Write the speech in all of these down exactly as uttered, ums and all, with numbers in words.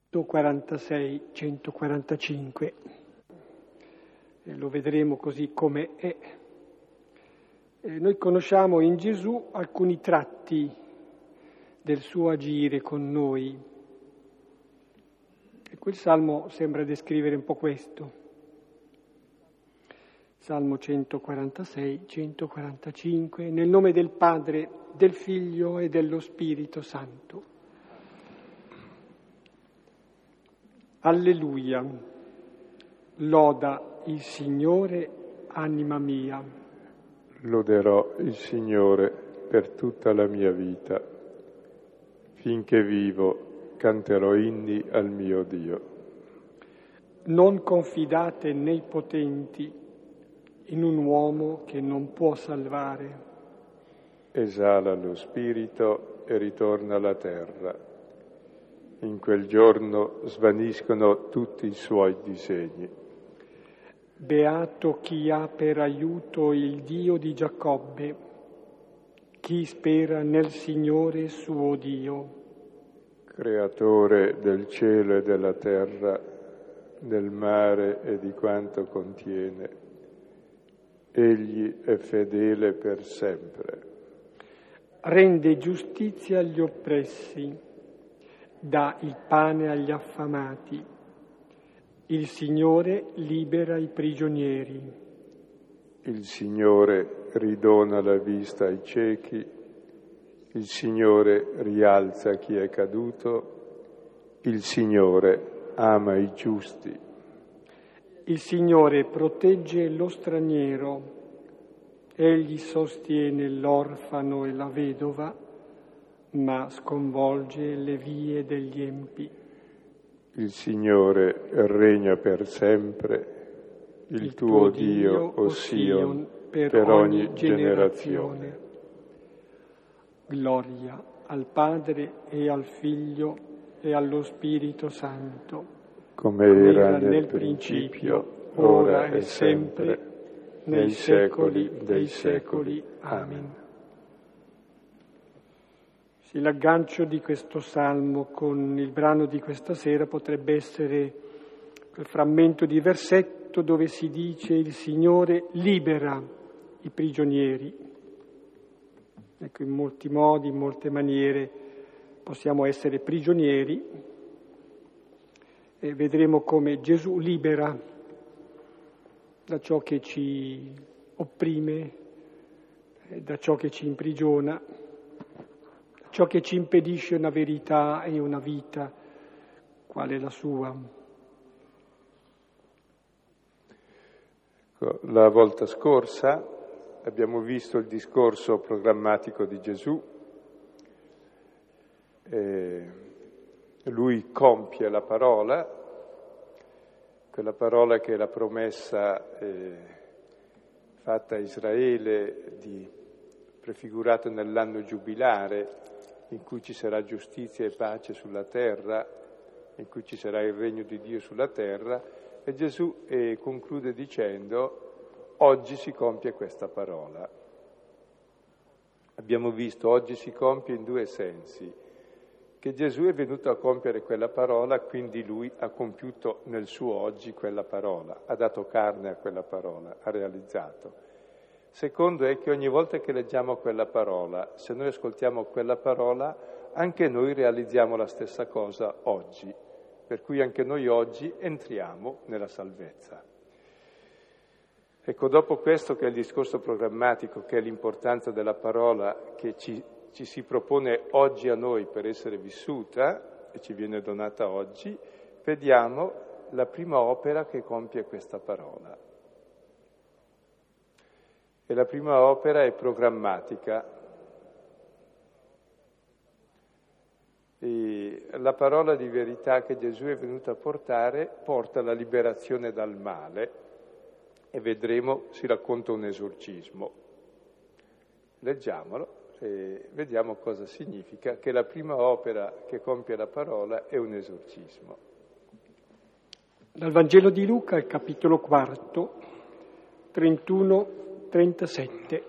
centoquarantasei centoquarantacinque, e lo vedremo così come è. E noi conosciamo in Gesù alcuni tratti del suo agire con noi, e quel salmo sembra descrivere un po' questo. Salmo centoquarantasei centoquarantacinque, nel nome del Padre, del Figlio e dello Spirito Santo. Alleluia, loda il Signore, anima mia. Loderò il Signore per tutta la mia vita. Finché vivo, canterò inni al mio Dio. Non confidate nei potenti in un uomo che non può salvare. Esala lo spirito e ritorna alla terra. In quel giorno svaniscono tutti i suoi disegni. Beato chi ha per aiuto il Dio di Giacobbe, chi spera nel Signore suo Dio. Creatore del cielo e della terra, del mare e di quanto contiene, egli è fedele per sempre. Rende giustizia agli oppressi, dà il pane agli affamati. Il Signore libera i prigionieri. Il Signore ridona la vista ai ciechi. Il Signore rialza chi è caduto. Il Signore ama i giusti. Il Signore protegge lo straniero. Egli sostiene l'orfano e la vedova, ma sconvolge le vie degli empi. Il Signore regna per sempre, il, il tuo Dio, o Sion, per, per ogni generazione. generazione. Gloria al Padre e al Figlio e allo Spirito Santo, come era nel, nel principio, ora e sempre, nei secoli dei secoli. Amen. Sì, l'aggancio di questo salmo con il brano di questa sera potrebbe essere quel frammento di versetto dove si dice: il Signore libera i prigionieri. Ecco, in molti modi, in molte maniere possiamo essere prigionieri, e vedremo come Gesù libera da ciò che ci opprime, da ciò che ci imprigiona, ciò che ci impedisce una verità e una vita quale la sua. La volta scorsa abbiamo visto il discorso programmatico di Gesù. E lui compie la parola, quella parola che è la promessa eh, fatta a Israele, di, prefigurata nell'anno giubilare, in cui ci sarà giustizia e pace sulla terra, in cui ci sarà il regno di Dio sulla terra, e Gesù eh, conclude dicendo: oggi si compie questa parola. Abbiamo visto oggi si compie in due sensi, che Gesù è venuto a compiere quella parola, quindi lui ha compiuto nel suo oggi quella parola, ha dato carne a quella parola, ha realizzato. Secondo è che ogni volta che leggiamo quella parola, se noi ascoltiamo quella parola, anche noi realizziamo la stessa cosa oggi, per cui anche noi oggi entriamo nella salvezza. Ecco, dopo questo, che è il discorso programmatico, che è l'importanza della parola che ci, ci si propone oggi a noi per essere vissuta e ci viene donata oggi, vediamo la prima opera che compie questa parola. E la prima opera è programmatica. E la parola di verità che Gesù è venuto a portare porta la liberazione dal male, e vedremo, si racconta un esorcismo. Leggiamolo e vediamo cosa significa che la prima opera che compie la parola è un esorcismo. Dal Vangelo di Luca, il capitolo quarto, trentuno trentasette.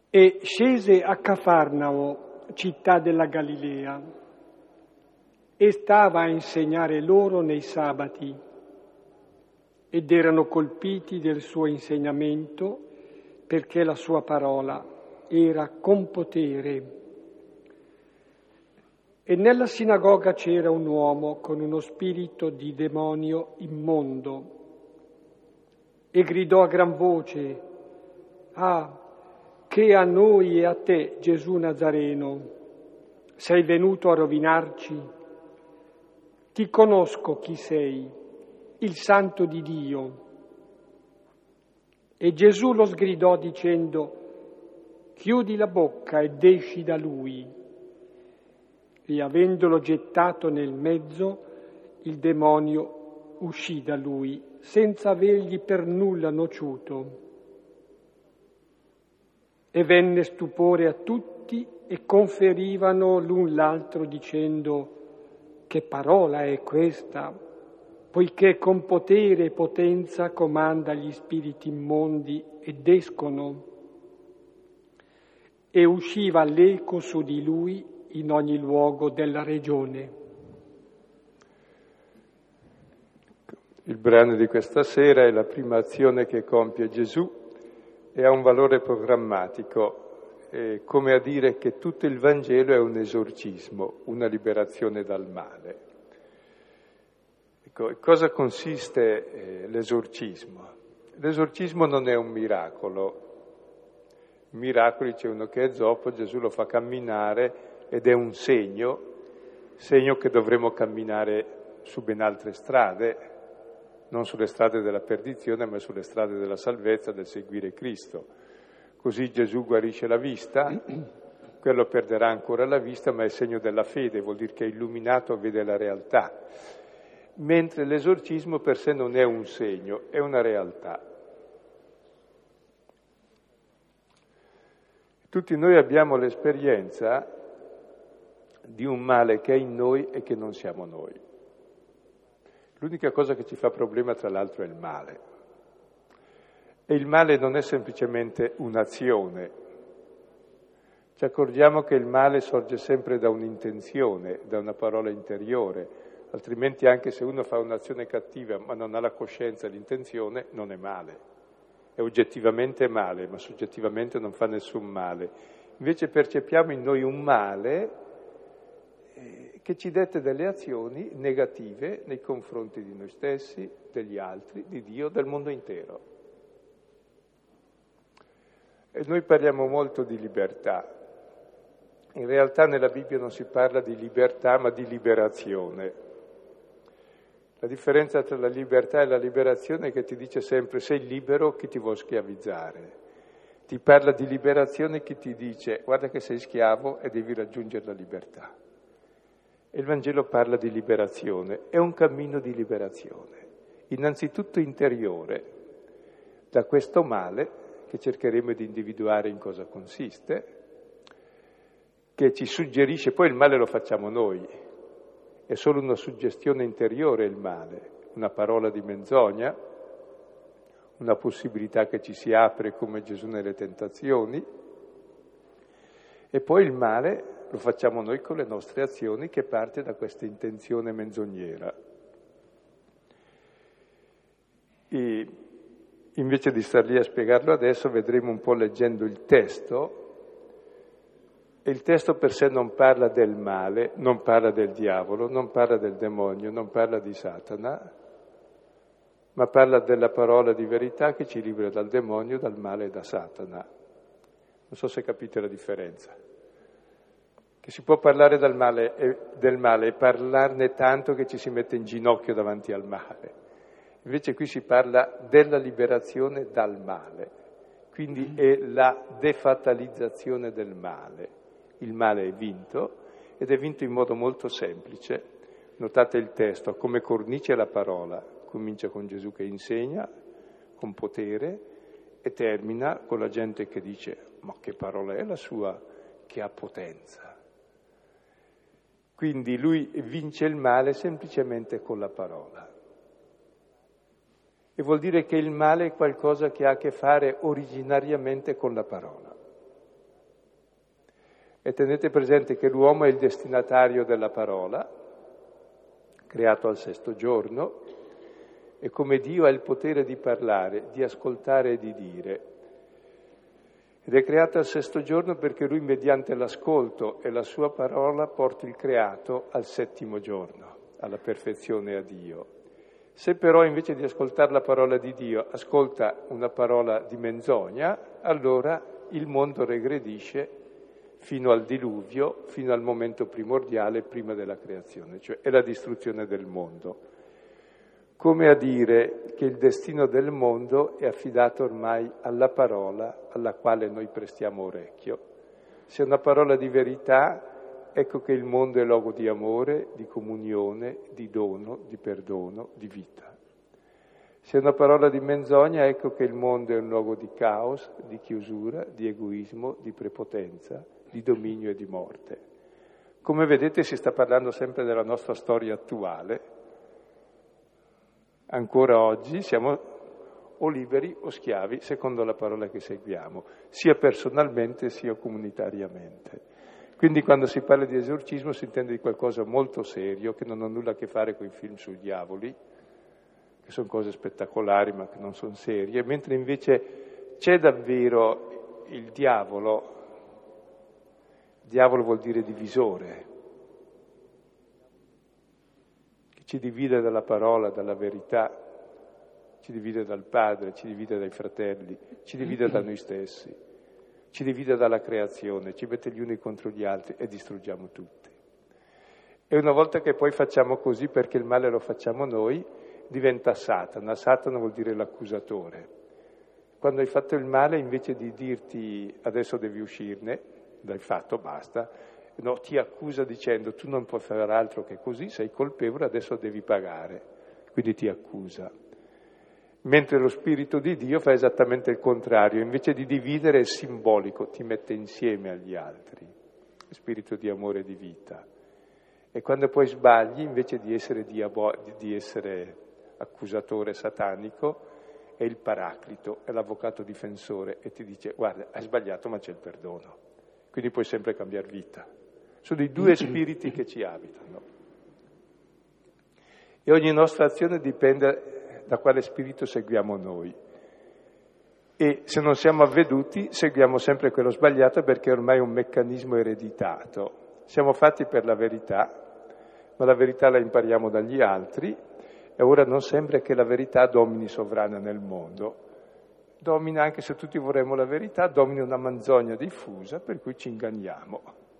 E scese a Cafarnao, città della Galilea, e stava a insegnare loro nei sabati, ed erano colpiti del suo insegnamento, perché la sua parola era con potere. E nella sinagoga c'era un uomo con uno spirito di demonio immondo, e gridò a gran voce: «Ah, che a noi e a te, Gesù Nazareno, sei venuto a rovinarci? Ti conosco chi sei, il Santo di Dio». E Gesù lo sgridò dicendo: «Chiudi la bocca ed esci da lui». E avendolo gettato nel mezzo, il demonio uscì da lui, senza avergli per nulla nociuto. E venne stupore a tutti e conferivano l'un l'altro dicendo: «Che parola è questa? Poiché con potere e potenza comanda gli spiriti immondi ed escono». E usciva l'eco su di lui in ogni luogo della regione. Il brano di questa sera è la prima azione che compie Gesù e ha un valore programmatico, eh, come a dire che tutto il Vangelo è un esorcismo, una liberazione dal male. Ecco, cosa consiste eh, l'esorcismo? L'esorcismo non è un miracolo. I miracoli, c'è uno che è zoppo, Gesù lo fa camminare ed è un segno, segno che dovremo camminare su ben altre strade, non sulle strade della perdizione, ma sulle strade della salvezza, del seguire Cristo. Così Gesù guarisce la vista, quello perderà ancora la vista, ma è segno della fede, vuol dire che è illuminato, vede la realtà. Mentre l'esorcismo per sé non è un segno, è una realtà. Tutti noi abbiamo l'esperienza di un male che è in noi e che non siamo noi. L'unica cosa che ci fa problema, tra l'altro, è il male. E il male non è semplicemente un'azione. Ci accorgiamo che il male sorge sempre da un'intenzione, da una parola interiore, altrimenti anche se uno fa un'azione cattiva ma non ha la coscienza e l'intenzione, non è male. È oggettivamente male, ma soggettivamente non fa nessun male. Invece percepiamo in noi un male che ci dette delle azioni negative nei confronti di noi stessi, degli altri, di Dio, del mondo intero. E noi parliamo molto di libertà. In realtà nella Bibbia non si parla di libertà, ma di liberazione. La differenza tra la libertà e la liberazione è che ti dice sempre: sei libero, chi ti vuole schiavizzare. Ti parla di liberazione chi ti dice: guarda che sei schiavo e devi raggiungere la libertà. E il Vangelo parla di liberazione, è un cammino di liberazione, innanzitutto interiore, da questo male che cercheremo di individuare in cosa consiste, che ci suggerisce, poi il male lo facciamo noi, è solo una suggestione interiore il male, una parola di menzogna, una possibilità che ci si apre come Gesù nelle tentazioni, e poi il male lo facciamo noi con le nostre azioni, che parte da questa intenzione menzognera. E invece di star lì a spiegarlo adesso, vedremo un po' leggendo il testo. E il testo per sé non parla del male, non parla del diavolo, non parla del demonio, non parla di Satana, ma parla della parola di verità che ci libera dal demonio, dal male e da Satana. Non so se capite la differenza. Che si può parlare del male, e, del male e parlarne tanto che ci si mette in ginocchio davanti al male. Invece qui si parla della liberazione dal male, quindi è la defatalizzazione del male. Il male è vinto ed è vinto in modo molto semplice. Notate il testo, come cornice la parola, comincia con Gesù che insegna, con potere, e termina con la gente che dice: ma che parola è la sua che ha potenza? Quindi lui vince il male semplicemente con la parola. E vuol dire che il male è qualcosa che ha a che fare originariamente con la parola. E tenete presente che l'uomo è il destinatario della parola, creato al sesto giorno, e come Dio ha il potere di parlare, di ascoltare e di dire. Ed è creato al sesto giorno perché lui, mediante l'ascolto e la sua parola, porta il creato al settimo giorno, alla perfezione a Dio. Se però invece di ascoltare la parola di Dio ascolta una parola di menzogna, allora il mondo regredisce fino al diluvio, fino al momento primordiale prima della creazione, cioè è la distruzione del mondo. Come a dire che il destino del mondo è affidato ormai alla parola alla quale noi prestiamo orecchio. Se è una parola di verità, ecco che il mondo è luogo di amore, di comunione, di dono, di perdono, di vita. Se è una parola di menzogna, ecco che il mondo è un luogo di caos, di chiusura, di egoismo, di prepotenza, di dominio e di morte. Come vedete si sta parlando sempre della nostra storia attuale. Ancora oggi siamo o liberi o schiavi, secondo la parola che seguiamo, sia personalmente sia comunitariamente. Quindi quando si parla di esorcismo si intende di qualcosa molto serio, che non ha nulla a che fare con i film sui diavoli, che sono cose spettacolari ma che non sono serie, mentre invece c'è davvero il diavolo. Il diavolo vuol dire divisore, che ci divide dalla parola, dalla verità, ci divide dal Padre, ci divide dai fratelli, ci divide da noi stessi, ci divide dalla creazione, ci mette gli uni contro gli altri e distruggiamo tutti. E una volta che poi facciamo così perché il male lo facciamo noi, diventa Satana. Satana vuol dire l'accusatore. Quando hai fatto il male, invece di dirti adesso devi uscirne, l'hai fatto, basta, no, ti accusa dicendo tu non puoi fare altro che così, sei colpevole, adesso devi pagare, quindi ti accusa. Mentre lo Spirito di Dio fa esattamente il contrario, invece di dividere è simbolico, ti mette insieme agli altri, spirito di amore e di vita. E quando poi sbagli, invece di essere, diabo- di essere accusatore satanico, è il paraclito, è l'avvocato difensore e ti dice guarda, hai sbagliato ma c'è il perdono, quindi puoi sempre cambiare vita. Sono i due spiriti che ci abitano. E ogni nostra azione dipende da quale spirito seguiamo noi. E se non siamo avveduti, seguiamo sempre quello sbagliato perché ormai è un meccanismo ereditato. Siamo fatti per la verità, ma la verità la impariamo dagli altri e ora non sembra che la verità domini sovrana nel mondo. Domina, anche se tutti vorremmo la verità, domina una menzogna diffusa per cui ci inganniamo.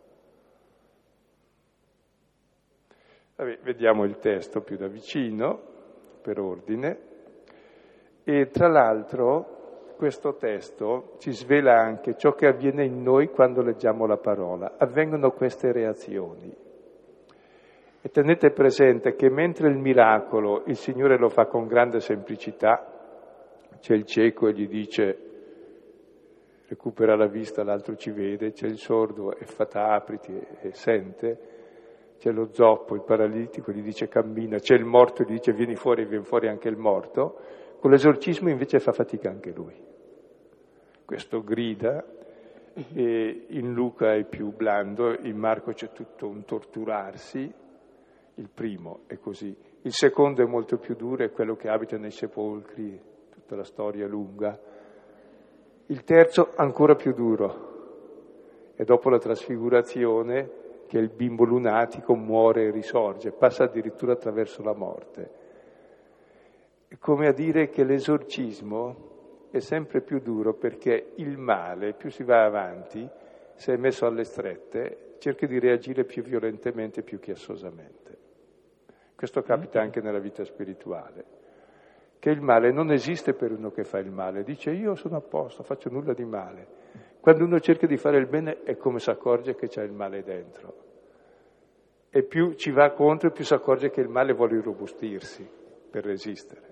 Vabbè, vediamo il testo più da vicino, per ordine, e tra l'altro questo testo ci svela anche ciò che avviene in noi quando leggiamo la parola. Avvengono queste reazioni. E tenete presente che mentre il miracolo il Signore lo fa con grande semplicità, c'è il cieco e gli dice recupera la vista, l'altro ci vede, c'è il sordo e fata apriti e, e sente, c'è lo zoppo, il paralitico, gli dice cammina, c'è il morto, gli dice vieni fuori e viene fuori anche il morto. Con l'esorcismo invece fa fatica anche lui. Questo grida, e in Luca è più blando, in Marco c'è tutto un torturarsi, il primo è così. Il secondo è molto più duro, è quello che abita nei sepolcri, tutta la storia lunga. Il terzo ancora più duro, e dopo la trasfigurazione, che il bimbo lunatico muore e risorge, passa addirittura attraverso la morte. È come a dire che l'esorcismo è sempre più duro perché il male, più si va avanti, se è messo alle strette, cerca di reagire più violentemente, più chiassosamente. Questo capita anche nella vita spirituale, che il male non esiste per uno che fa il male, dice io sono a posto, faccio nulla di male. Quando uno cerca di fare il bene è come si accorge che c'è il male dentro. E più ci va contro, più si accorge che il male vuole irrobustirsi per resistere.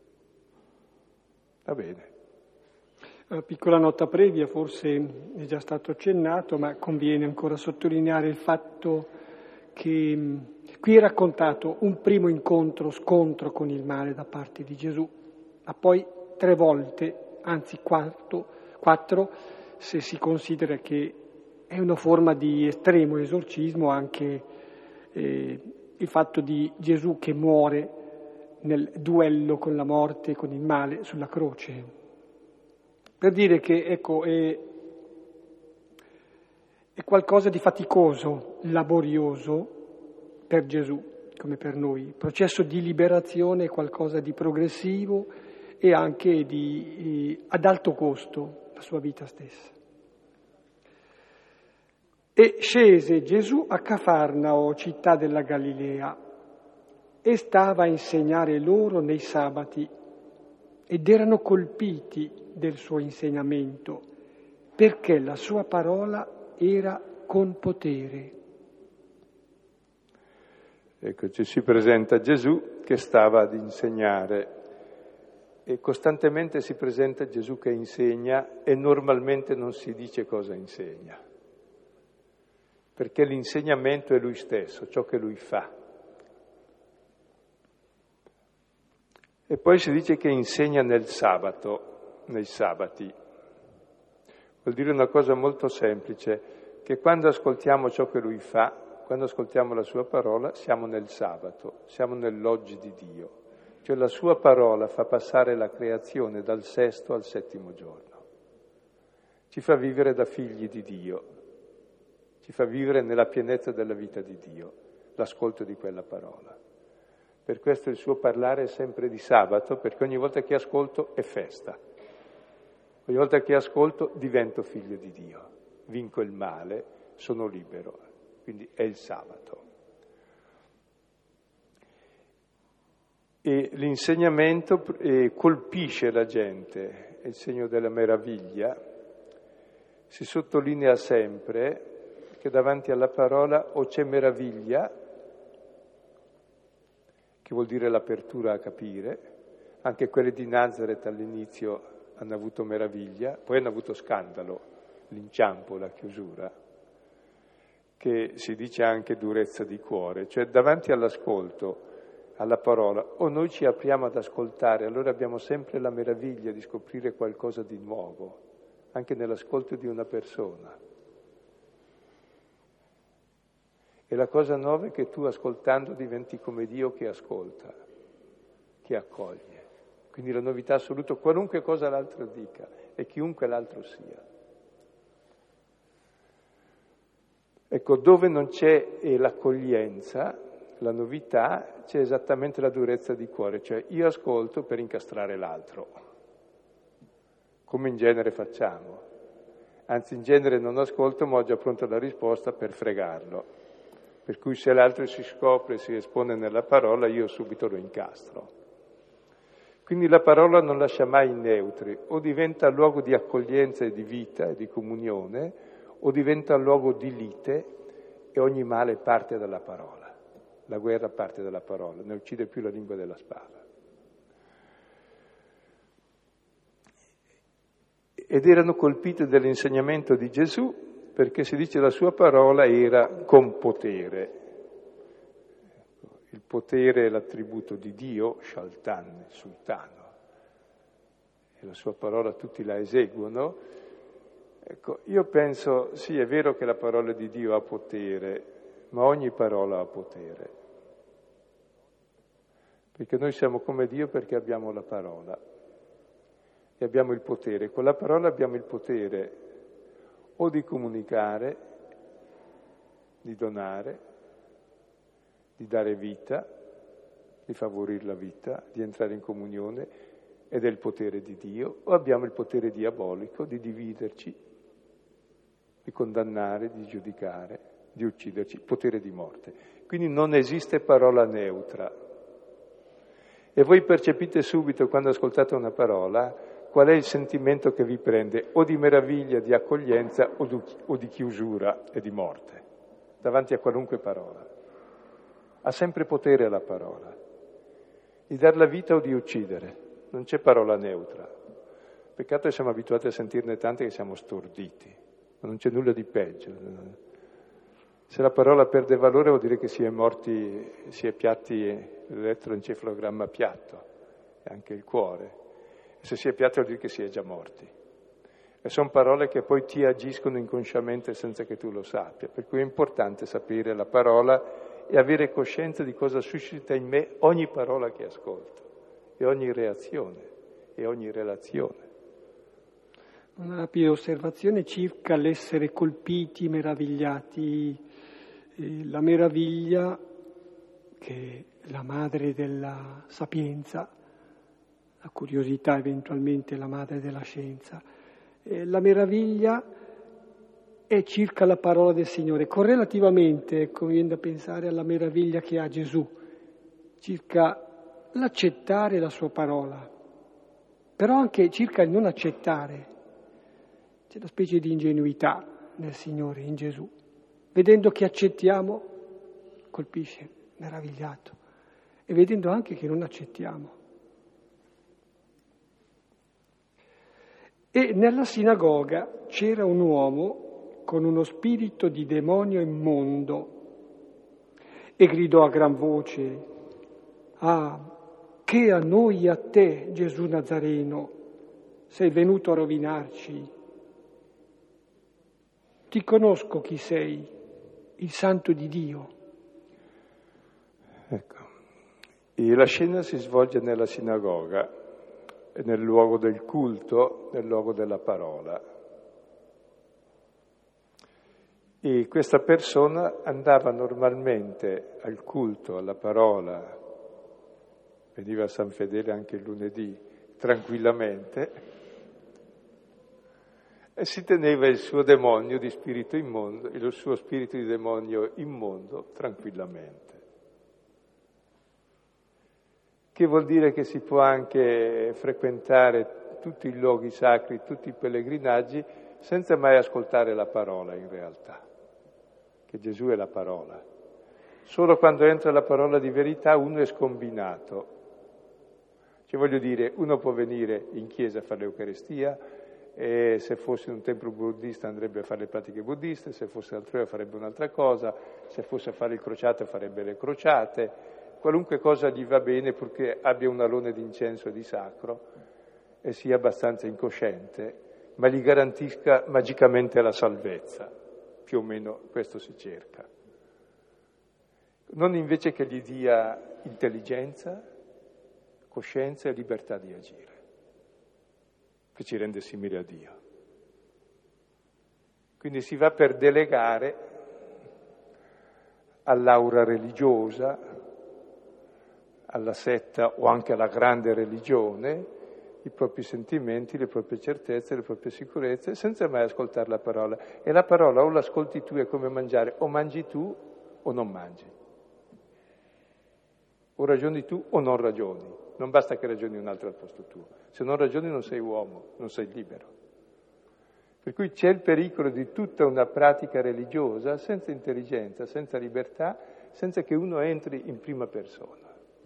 Va bene. Una piccola nota previa, forse è già stato accennato, ma conviene ancora sottolineare il fatto che mh, qui è raccontato un primo incontro, scontro con il male da parte di Gesù, ma poi tre volte, anzi quattro, quattro, se si considera che È una forma di estremo esorcismo anche eh, il fatto di Gesù che muore nel duello con la morte, con il male, sulla croce. Per dire che, ecco, è, è qualcosa di faticoso, laborioso per Gesù, come per noi. Il processo di liberazione è qualcosa di progressivo e anche di, eh, ad alto costo, la sua vita stessa. E scese Gesù a Cafarnao, città della Galilea, e stava a insegnare loro nei sabati, ed erano colpiti del suo insegnamento, perché la sua parola era con potere. Ecco, ci si presenta Gesù che stava ad insegnare e costantemente si presenta Gesù che insegna e normalmente non si dice cosa insegna, perché l'insegnamento è lui stesso, ciò che lui fa. E poi si dice che insegna nel sabato, nei sabati. Vuol dire una cosa molto semplice, che quando ascoltiamo ciò che lui fa, quando ascoltiamo la sua parola, siamo nel sabato, siamo nell'oggi di Dio. Cioè la sua parola fa passare la creazione dal sesto al settimo giorno. Ci fa vivere da figli di Dio, ci fa vivere nella pienezza della vita di Dio, l'ascolto di quella parola. Per questo il suo parlare è sempre di sabato, perché ogni volta che ascolto è festa. Ogni volta che ascolto divento figlio di Dio, vinco il male, sono libero, quindi è il sabato. E l'insegnamento eh, colpisce la gente, è il segno della meraviglia. Si sottolinea sempre che davanti alla parola o c'è meraviglia, che vuol dire l'apertura a capire. Anche quelli di Nazareth all'inizio hanno avuto meraviglia, poi hanno avuto scandalo, l'inciampo, la chiusura, che si dice anche durezza di cuore. Cioè davanti all'ascolto, alla parola, o noi ci apriamo ad ascoltare, allora abbiamo sempre la meraviglia di scoprire qualcosa di nuovo, anche nell'ascolto di una persona. E la cosa nuova è che tu ascoltando diventi come Dio che ascolta, che accoglie. Quindi la novità assoluta, qualunque cosa l'altro dica e chiunque l'altro sia. Ecco, dove non c'è l'accoglienza, la novità, c'è esattamente la durezza di cuore, cioè io ascolto per incastrare l'altro, come in genere facciamo. Anzi, in genere non ascolto, ma ho già pronta la risposta per fregarlo. Per cui se l'altro si scopre, si espone nella parola, io subito lo incastro. Quindi la parola non lascia mai neutri, o diventa luogo di accoglienza e di vita e di comunione, o diventa luogo di lite e ogni male parte dalla parola. La guerra parte dalla parola, ne uccide più la lingua della spada. Ed erano colpiti dall'insegnamento di Gesù perché si dice la sua parola era con potere. Il potere è l'attributo di Dio, Shaltan, il sultano, e la sua parola tutti la eseguono. Ecco, io penso, sì, è vero che la parola di Dio ha potere, ma ogni parola ha potere. Perché noi siamo come Dio perché abbiamo la parola e abbiamo il potere. Con la parola abbiamo il potere o di comunicare, di donare, di dare vita, di favorire la vita, di entrare in comunione, ed è il potere di Dio, o abbiamo il potere diabolico di dividerci, di condannare, di giudicare, di ucciderci, potere di morte. Quindi non esiste parola neutra. E voi percepite subito, quando ascoltate una parola, qual è il sentimento che vi prende, o di meraviglia, di accoglienza, o di, o di chiusura e di morte, davanti a qualunque parola. Ha sempre potere la parola, di dar la vita o di uccidere, non c'è parola neutra. Peccato che siamo abituati a sentirne tante che siamo storditi, ma non c'è nulla di peggio. Se la parola perde valore vuol dire che si è morti, si è piatti l'elettroencefalogramma piatto, e anche il cuore. Se si è piatti vuol dire che si è già morti. E sono parole che poi ti agiscono inconsciamente senza che tu lo sappia. Per cui è importante sapere la parola e avere coscienza di cosa suscita in me ogni parola che ascolto, e ogni reazione, e ogni relazione. Una rapida osservazione circa l'essere colpiti, meravigliati. Eh, la meraviglia, che è la madre della sapienza, la curiosità eventualmente la madre della scienza. Eh, la meraviglia è circa la parola del Signore, correlativamente, ecco, mi viene da pensare alla meraviglia che ha Gesù, circa l'accettare la sua parola, però anche circa il non accettare. C'è una specie di ingenuità nel Signore, in Gesù. Vedendo che accettiamo, colpisce, meravigliato. E vedendo anche che non accettiamo. E nella sinagoga c'era un uomo con uno spirito di demonio immondo e gridò a gran voce: «Ah, che a noi e a te, Gesù Nazareno, sei venuto a rovinarci? Ti conosco chi sei, il Santo di Dio». Ecco, e la scena si svolge nella sinagoga, nel luogo del culto, nel luogo della parola. E questa persona andava normalmente al culto, alla parola, veniva a San Fedele anche il lunedì, tranquillamente, e si teneva il suo demonio di spirito immondo, il suo spirito di demonio immondo tranquillamente. Che vuol dire che si può anche frequentare tutti i luoghi sacri, tutti i pellegrinaggi, senza mai ascoltare la parola in realtà, che Gesù è la parola. Solo quando entra la parola di verità uno è scombinato. Cioè voglio dire, uno può venire in chiesa a fare l'Eucaristia, e se fosse un tempio buddista andrebbe a fare le pratiche buddiste, se fosse altrove farebbe un'altra cosa, se fosse a fare il crociato farebbe le crociate, qualunque cosa gli va bene purché abbia un alone di incenso e di sacro e sia abbastanza incosciente, ma gli garantisca magicamente la salvezza, più o meno questo si cerca. Non invece che gli dia intelligenza, coscienza e libertà di agire, che ci rende simili a Dio. Quindi si va per delegare all'aura religiosa, alla setta o anche alla grande religione, i propri sentimenti, le proprie certezze, le proprie sicurezze, senza mai ascoltare la parola. E la parola o l'ascolti tu, è come mangiare, o mangi tu o non mangi. O ragioni tu o non ragioni. Non basta che ragioni un altro al posto tuo. Se non ragioni non sei uomo, non sei libero. Per cui c'è il pericolo di tutta una pratica religiosa senza intelligenza, senza libertà, senza che uno entri in prima persona.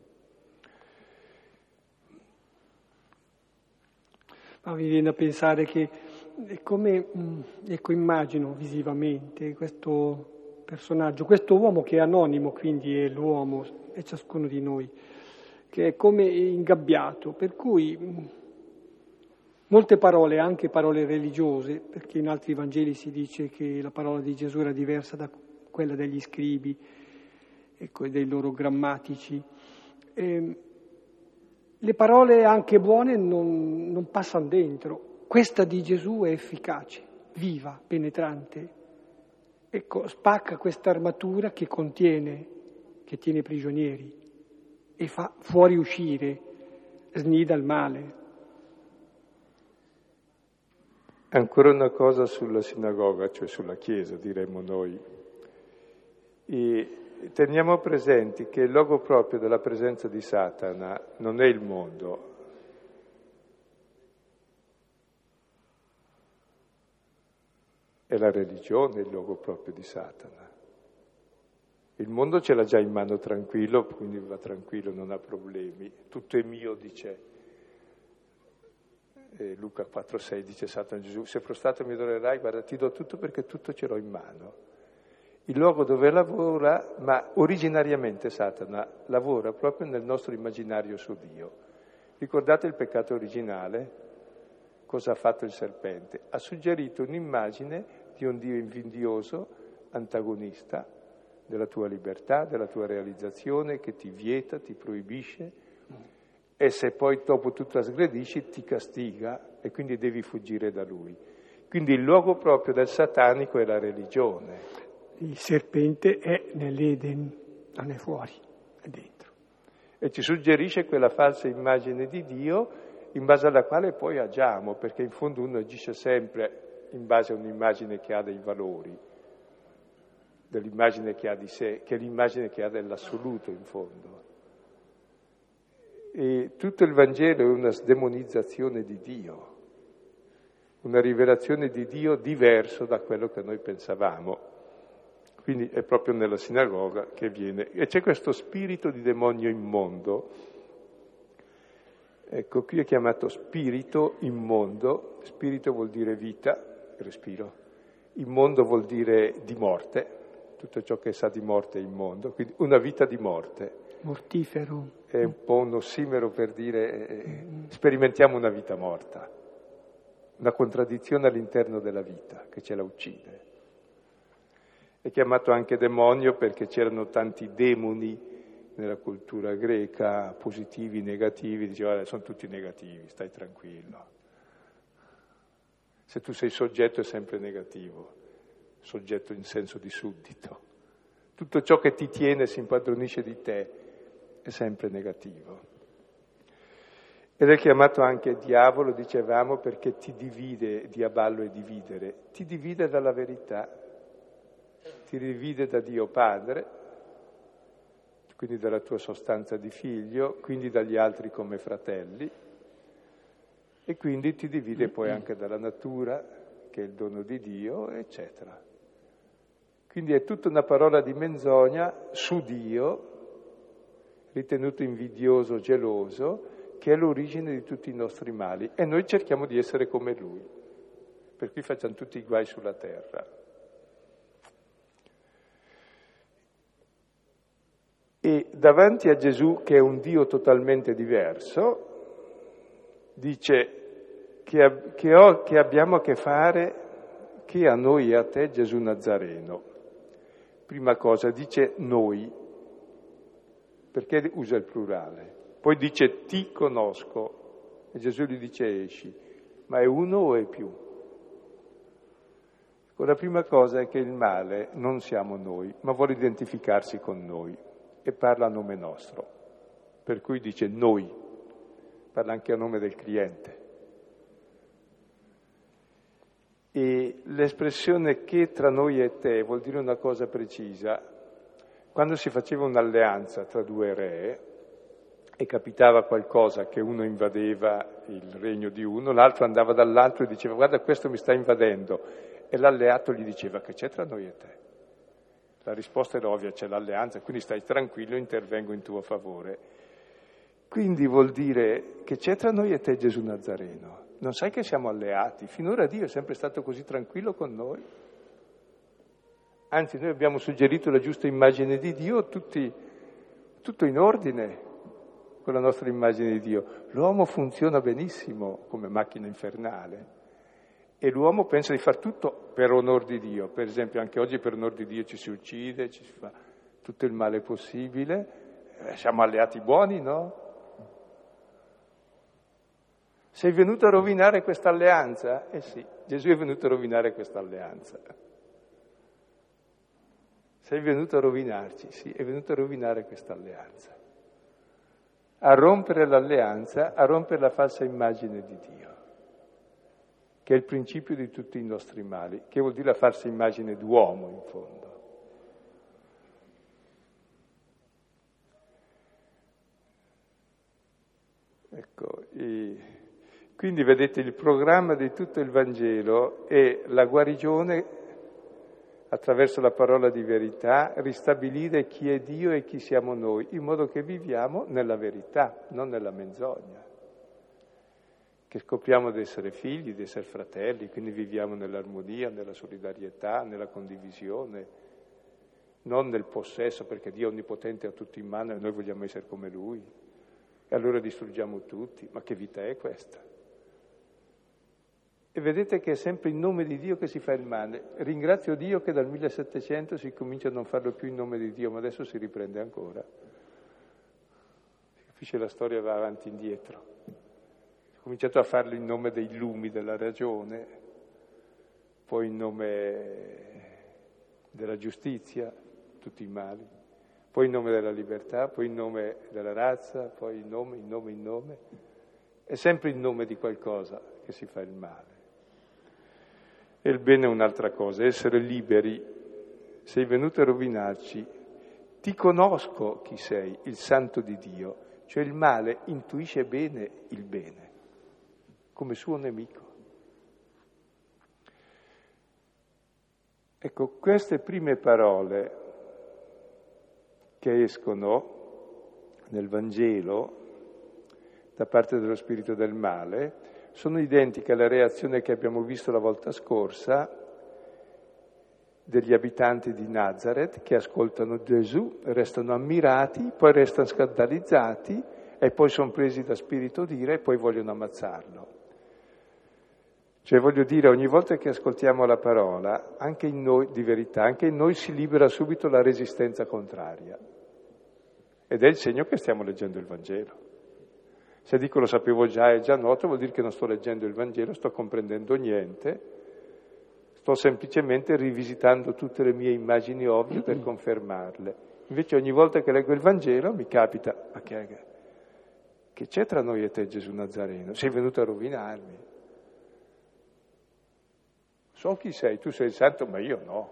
Ma mi viene a pensare che è come, ecco, immagino visivamente questo personaggio, questo uomo che è anonimo, quindi è l'uomo, è ciascuno di noi, che è come ingabbiato, per cui molte parole, anche parole religiose, perché in altri Vangeli si dice che la parola di Gesù era diversa da quella degli scribi, ecco, e dei loro grammatici. E le parole anche buone non, non passano dentro. Questa di Gesù è efficace, viva, penetrante. Ecco, spacca questa armatura che contiene, che tiene prigionieri e fa fuoriuscire, snida il male. Ancora una cosa sulla sinagoga, cioè sulla chiesa, diremmo noi. E teniamo presenti che il luogo proprio della presenza di Satana non è il mondo. È la religione il luogo proprio di Satana. Il mondo ce l'ha già in mano tranquillo, quindi va tranquillo, non ha problemi. Tutto è mio, dice eh, Luca quattro sei, dice Satana a Gesù. Se prostrato mi adorerai, guarda, ti do tutto perché tutto ce l'ho in mano. Il luogo dove lavora, ma originariamente Satana lavora proprio nel nostro immaginario su Dio. Ricordate il peccato originale? cosa ha fatto il serpente? Ha suggerito un'immagine di un Dio invidioso, antagonista della tua libertà, della tua realizzazione, che ti vieta, ti proibisce, e se poi dopo tu trasgredisci ti castiga e quindi devi fuggire da lui. Quindi il luogo proprio del satanico è la religione. Il serpente è nell'Eden, non è fuori, è dentro. E ci suggerisce quella falsa immagine di Dio in base alla quale poi agiamo, perché in fondo uno agisce sempre in base a un'immagine che ha dei valori, dell'immagine che ha di sé, che è l'immagine che ha dell'assoluto in fondo. E tutto il Vangelo è una sdemonizzazione di Dio, una rivelazione di Dio diverso da quello che noi pensavamo. Quindi è proprio nella sinagoga che viene. E c'è questo spirito di demonio immondo. Ecco, qui è chiamato spirito immondo. Spirito vuol dire vita, respiro. Immondo vuol dire di morte. Tutto ciò che sa di morte è immondo. Quindi una vita di morte. Mortifero. È un po' un ossimero per dire eh, sperimentiamo una vita morta. Una contraddizione all'interno della vita che ce la uccide. È chiamato anche demonio perché c'erano tanti demoni nella cultura greca, positivi, negativi, diceva sono tutti negativi, stai tranquillo. Se tu sei soggetto è sempre negativo, soggetto in senso di suddito. Tutto ciò che ti tiene, si impadronisce di te, è sempre negativo. Ed è chiamato anche diavolo, dicevamo, perché ti divide, diaballo è dividere, ti divide dalla verità, ti divide da Dio Padre, quindi dalla tua sostanza di figlio, quindi dagli altri come fratelli, e quindi ti divide poi anche dalla natura, che è il dono di Dio, eccetera. Quindi è tutta una parola di menzogna su Dio, ritenuto invidioso, geloso, che è l'origine di tutti i nostri mali. E noi cerchiamo di essere come Lui, per cui facciamo tutti i guai sulla terra. E davanti a Gesù, che è un Dio totalmente diverso, dice che, che, ho, che abbiamo a che fare, che a noi e a te Gesù Nazareno. Prima cosa, dice noi, perché usa il plurale. Poi dice ti conosco, e Gesù gli dice esci, ma è uno o è più? La prima cosa è che il male non siamo noi, ma vuole identificarsi con noi e parla a nome nostro, per cui dice noi, parla anche a nome del cliente. E l'espressione che tra noi e te vuol dire una cosa precisa. Quando si faceva un'alleanza tra due re e capitava qualcosa che uno invadeva il regno di uno, l'altro andava dall'altro e diceva guarda questo mi sta invadendo, e l'alleato gli diceva che c'è tra noi e te. La risposta era ovvia, c'è l'alleanza, quindi stai tranquillo, intervengo in tuo favore. Quindi vuol dire che c'è tra noi e te Gesù Nazareno. Non sai che siamo alleati? Finora Dio è sempre stato così tranquillo con noi. Anzi, noi abbiamo suggerito la giusta immagine di Dio, tutti, tutto in ordine con la nostra immagine di Dio. L'uomo funziona benissimo come macchina infernale e l'uomo pensa di far tutto per onor di Dio. Per esempio, anche oggi per onor di Dio ci si uccide, ci si fa tutto il male possibile. Eh, siamo alleati buoni, no? Sei venuto a rovinare questa alleanza? Eh sì, Gesù è venuto a rovinare questa alleanza. Sei venuto a rovinarci? Sì, è venuto a rovinare questa alleanza. A rompere l'alleanza, a rompere la falsa immagine di Dio, che è il principio di tutti i nostri mali, che vuol dire la falsa immagine d'uomo, in fondo. Ecco, e quindi vedete il programma di tutto il Vangelo è la guarigione attraverso la parola di verità, ristabilire chi è Dio e chi siamo noi, in modo che viviamo nella verità, non nella menzogna. Che scopriamo di essere figli, di essere fratelli, quindi viviamo nell'armonia, nella solidarietà, nella condivisione, non nel possesso, perché Dio è onnipotente, ha tutto in mano e noi vogliamo essere come Lui. E allora distruggiamo tutti. Ma che vita è questa? E vedete che è sempre in nome di Dio che si fa il male. Ringrazio Dio che dal millesettecento si comincia a non farlo più in nome di Dio, ma adesso si riprende ancora. Si capisce, la storia va avanti e indietro. Si è cominciato a farlo in nome dei lumi, della ragione, poi in nome della giustizia, tutti i mali, poi in nome della libertà, poi in nome della razza, poi in nome, in nome, in nome. È sempre in nome di qualcosa che si fa il male. E il bene è un'altra cosa, essere liberi. Sei venuto a rovinarci. Ti conosco chi sei, il santo di Dio. Cioè il male intuisce bene il bene, come suo nemico. Ecco, queste prime parole che escono nel Vangelo da parte dello spirito del male sono identiche alla reazione che abbiamo visto la volta scorsa degli abitanti di Nazareth che ascoltano Gesù, restano ammirati, poi restano scandalizzati e poi sono presi da spirito d'ira e poi vogliono ammazzarlo. Cioè voglio dire, ogni volta che ascoltiamo la parola, anche in noi, di verità, anche in noi si libera subito la resistenza contraria. Ed è il segno che stiamo leggendo il Vangelo. Se dico lo sapevo già, è già noto, vuol dire che non sto leggendo il Vangelo, sto comprendendo niente, sto semplicemente rivisitando tutte le mie immagini ovvie per confermarle. Invece ogni volta che leggo il Vangelo mi capita, ma che, che c'è tra noi e te, Gesù Nazareno? Sei venuto a rovinarmi. So chi sei, tu sei il santo, ma io no.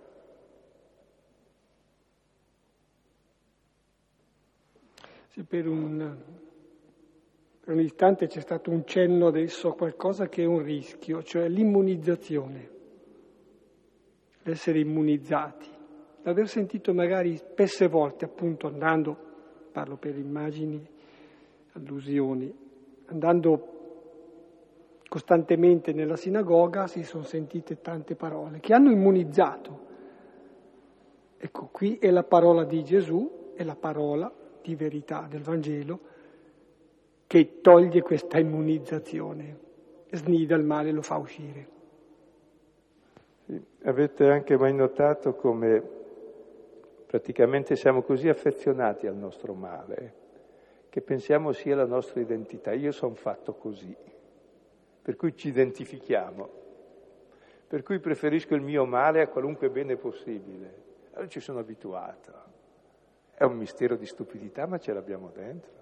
Sì, per un... Per un istante c'è stato un cenno adesso a qualcosa che è un rischio, cioè l'immunizzazione, l'essere immunizzati, l'aver sentito magari spesse volte, appunto andando, parlo per immagini, allusioni, andando costantemente nella sinagoga si sono sentite tante parole che hanno immunizzato. Ecco, qui è la parola di Gesù, è la parola di verità del Vangelo, che toglie questa immunizzazione, snida il male, lo fa uscire. Sì. Avete anche mai notato come praticamente siamo così affezionati al nostro male che pensiamo sia la nostra identità. Io sono fatto così, per cui ci identifichiamo, per cui preferisco il mio male a qualunque bene possibile. Allora ci sono abituato. È un mistero di stupidità, ma ce l'abbiamo dentro.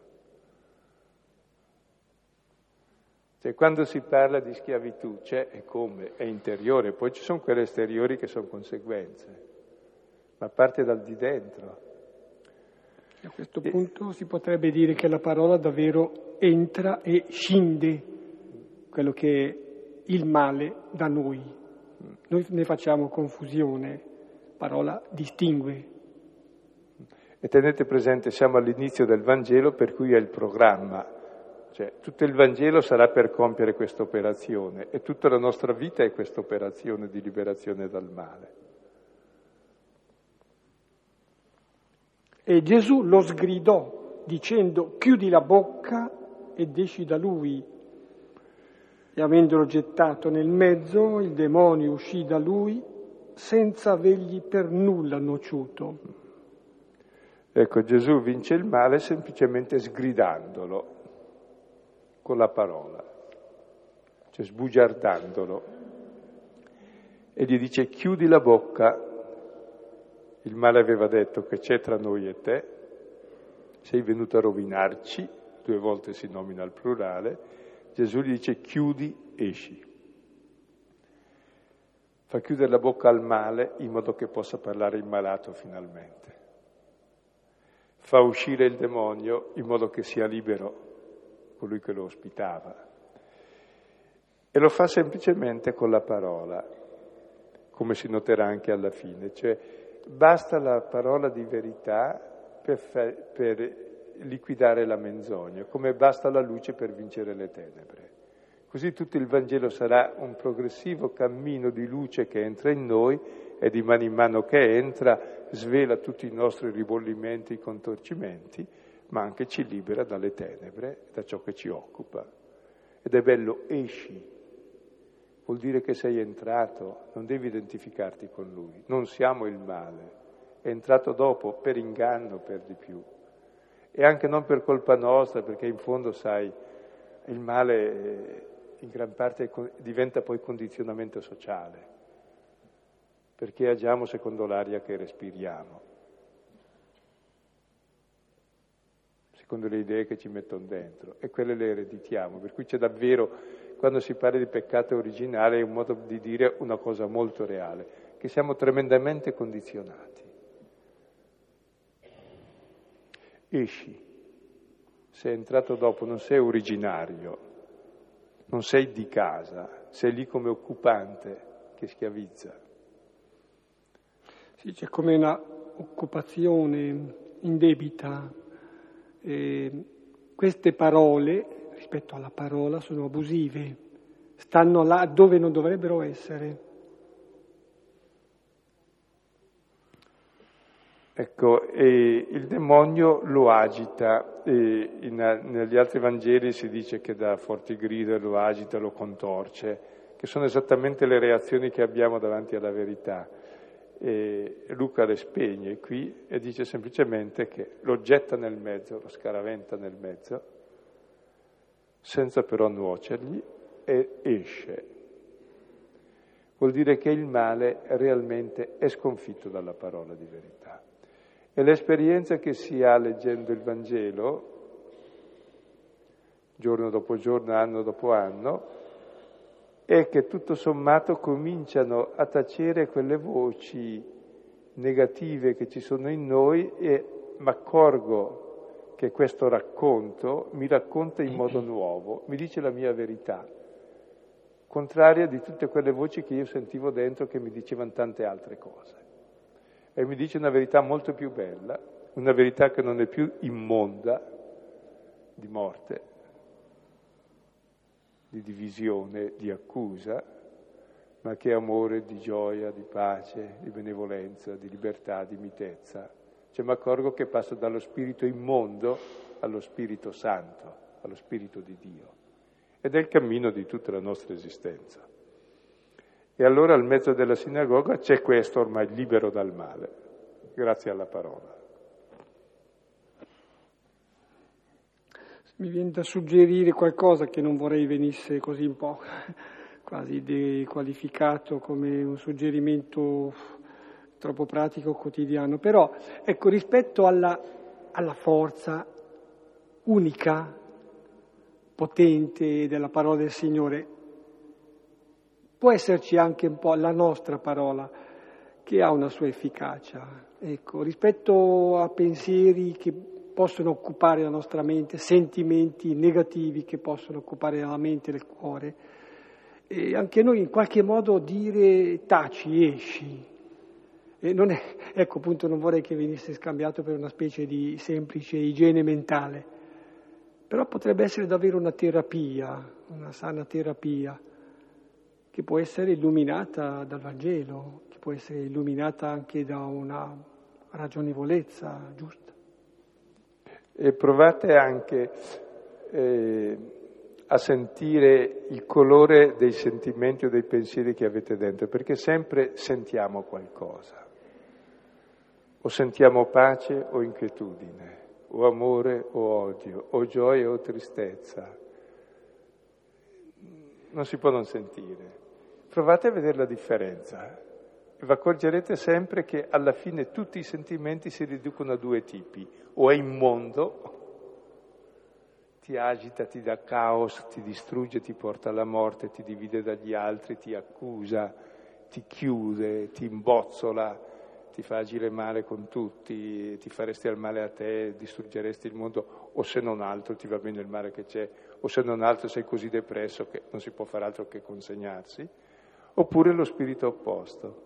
Cioè, quando si parla di schiavitù c'è e come, è interiore, poi ci sono quelle esteriori che sono conseguenze, ma parte dal di dentro. A questo e... punto si potrebbe dire che la parola davvero entra e scinde quello che è il male da noi. Noi ne facciamo confusione, parola distingue. E tenete presente, siamo all'inizio del Vangelo, per cui è il programma. Cioè, tutto il Vangelo sarà per compiere questa operazione e tutta la nostra vita è questa operazione di liberazione dal male. E Gesù lo sgridò dicendo: chiudi la bocca ed esci da lui. E avendolo gettato nel mezzo, il demonio uscì da lui senza avergli per nulla nociuto. Ecco, Gesù vince il male semplicemente sgridandolo con la parola, cioè sbugiardandolo, e gli dice: chiudi la bocca. Il male aveva detto che c'è tra noi e te, sei venuto a rovinarci, due volte si nomina al plurale. Gesù gli dice: chiudi, esci. Fa chiudere la bocca al male in modo che possa parlare il malato finalmente. Fa uscire il demonio in modo che sia libero colui che lo ospitava. E lo fa semplicemente con la parola, come si noterà anche alla fine. Cioè, basta la parola di verità per, fa- per liquidare la menzogna, come basta la luce per vincere le tenebre. Così tutto il Vangelo sarà un progressivo cammino di luce che entra in noi e di mano in mano che entra svela tutti i nostri ribollimenti, i contorcimenti, ma anche ci libera dalle tenebre, da ciò che ci occupa. Ed è bello, esci, vuol dire che sei entrato, non devi identificarti con lui, non siamo il male, è entrato dopo, per inganno per di più, e anche non per colpa nostra, perché in fondo, sai, il male in gran parte diventa poi condizionamento sociale, perché agiamo secondo l'aria che respiriamo, secondo le idee che ci mettono dentro, e quelle le ereditiamo, per cui c'è davvero, quando si parla di peccato originale, è un modo di dire una cosa molto reale, che siamo tremendamente condizionati. Esci, sei entrato dopo, non sei originario, non sei di casa, sei lì come occupante che schiavizza. Sì, c'è come una occupazione indebita. Eh, queste parole, rispetto alla parola, sono abusive, stanno là dove non dovrebbero essere. Ecco, e il demonio lo agita, e in, negli altri Vangeli si dice che dà forti grida, lo agita, lo contorce, che sono esattamente le reazioni che abbiamo davanti alla verità. E Luca le spegne qui e dice semplicemente che lo getta nel mezzo, lo scaraventa nel mezzo, senza però nuocergli, e esce. Vuol dire che il male realmente è sconfitto dalla parola di verità. E l'esperienza che si ha leggendo il Vangelo, giorno dopo giorno, anno dopo anno, è che tutto sommato cominciano a tacere quelle voci negative che ci sono in noi, e mi accorgo che questo racconto mi racconta in modo nuovo, mi dice la mia verità, contraria di tutte quelle voci che io sentivo dentro che mi dicevano tante altre cose. E mi dice una verità molto più bella, una verità che non è più immonda di morte, di divisione, di accusa, ma che è amore, di gioia, di pace, di benevolenza, di libertà, di mitezza. Cioè mi accorgo che passo dallo spirito immondo allo spirito santo, allo spirito di Dio. Ed è il cammino di tutta la nostra esistenza. E allora al mezzo della sinagoga c'è questo ormai libero dal male, grazie alla parola. Mi viene da suggerire qualcosa che non vorrei venisse così un po' quasi dequalificato come un suggerimento troppo pratico quotidiano, però ecco, rispetto alla, alla forza unica, potente della parola del Signore, può esserci anche un po' la nostra parola che ha una sua efficacia. Ecco, rispetto a pensieri che possono occupare la nostra mente, sentimenti negativi che possono occupare la mente e il cuore, e anche noi in qualche modo dire taci, esci. E non è, ecco appunto, non vorrei che venisse scambiato per una specie di semplice igiene mentale, però potrebbe essere davvero una terapia, una sana terapia, che può essere illuminata dal Vangelo, che può essere illuminata anche da una ragionevolezza giusta. E provate anche eh, a sentire il colore dei sentimenti o dei pensieri che avete dentro, perché sempre sentiamo qualcosa. O sentiamo pace o inquietudine, o amore o odio, o gioia o tristezza. Non si può non sentire. Provate a vedere la differenza e vi accorgerete sempre che alla fine tutti i sentimenti si riducono a due tipi: o è immondo, ti agita, ti dà caos, ti distrugge, ti porta alla morte, ti divide dagli altri, ti accusa, ti chiude, ti imbozzola, ti fa agire male con tutti, ti faresti al male a te, distruggeresti il mondo, o se non altro ti va bene il male che c'è, o se non altro sei così depresso che non si può fare altro che consegnarsi, oppure lo spirito opposto.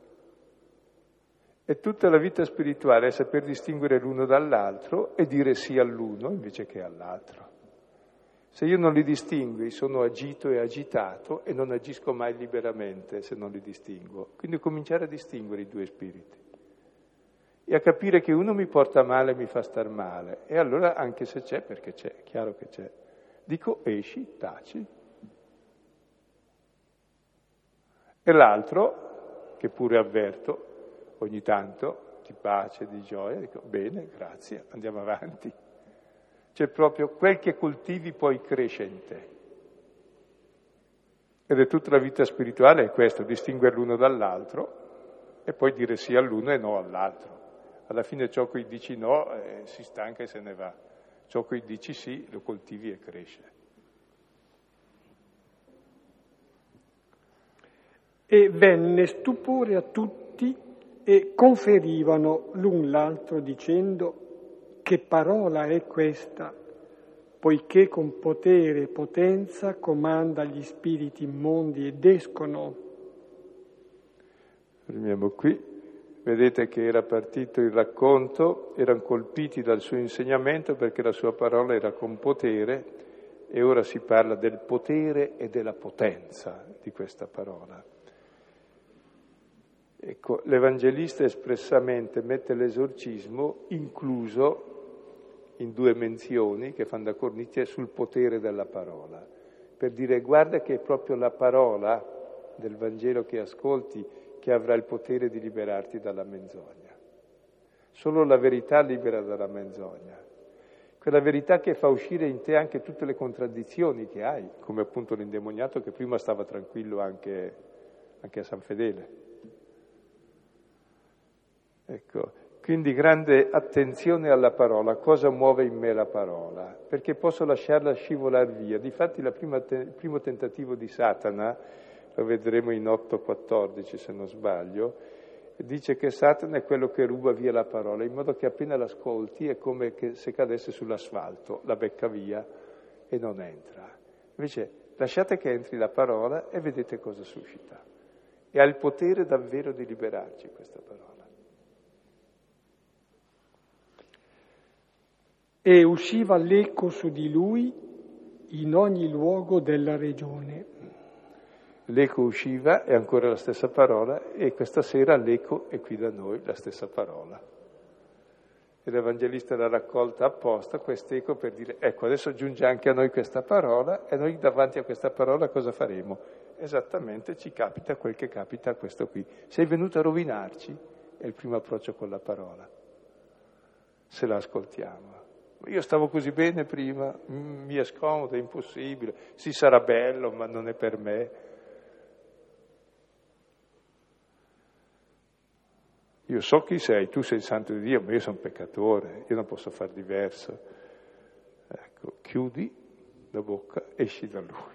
E tutta la vita spirituale è saper distinguere l'uno dall'altro e dire sì all'uno invece che all'altro. Se io non li distingui, sono agito e agitato e non agisco mai liberamente se non li distinguo. Quindi cominciare a distinguere i due spiriti e a capire che uno mi porta male e mi fa star male. E allora, anche se c'è, perché c'è, è chiaro che c'è, dico esci, taci. E l'altro, che pure avverto ogni tanto, di pace, di gioia, dico, bene, grazie, andiamo avanti. Cioè proprio quel che coltivi poi cresce in te. Ed è tutta la vita spirituale è questo, distinguere l'uno dall'altro e poi dire sì all'uno e no all'altro. Alla fine ciò cui dici no eh, si stanca e se ne va. Ciò cui dici sì lo coltivi e cresce. E venne stupore a tutti e conferivano l'un l'altro dicendo: che parola è questa, poiché con potere e potenza comanda gli spiriti immondi ed escono. Fermiamo qui. Vedete che era partito il racconto, erano colpiti dal suo insegnamento perché la sua parola era con potere e ora si parla del potere e della potenza di questa parola. Ecco, l'Evangelista espressamente mette l'esorcismo incluso in due menzioni che fanno da cornice sul potere della parola, per dire guarda che è proprio la parola del Vangelo che ascolti che avrà il potere di liberarti dalla menzogna. Solo la verità libera dalla menzogna. Quella verità che fa uscire in te anche tutte le contraddizioni che hai, come appunto l'indemoniato che prima stava tranquillo anche, anche a San Fedele. Ecco, quindi grande attenzione alla parola, cosa muove in me la parola, perché posso lasciarla scivolare via. Difatti la prima te- il primo tentativo di Satana, lo vedremo in otto quattordici se non sbaglio, dice che Satana è quello che ruba via la parola, in modo che appena l'ascolti è come che se cadesse sull'asfalto, la becca via e non entra. Invece lasciate che entri la parola e vedete cosa suscita. E ha il potere davvero di liberarci questa parola. E usciva l'eco su di lui in ogni luogo della regione. L'eco usciva, è ancora la stessa parola, e questa sera l'eco è qui da noi, la stessa parola. E l'Evangelista l'ha raccolta apposta, quest'eco, per dire, ecco, adesso giunge anche a noi questa parola, e noi davanti a questa parola cosa faremo? Esattamente ci capita quel che capita a questo qui. Sei venuto a rovinarci, è il primo approccio con la parola, se la ascoltiamo. Io stavo così bene prima, mm, mi è scomodo, è impossibile, sì sarà bello, ma non è per me. Io so chi sei, tu sei il santo di Dio, ma io sono peccatore, io non posso far diverso. Ecco, chiudi la bocca, esci da lui.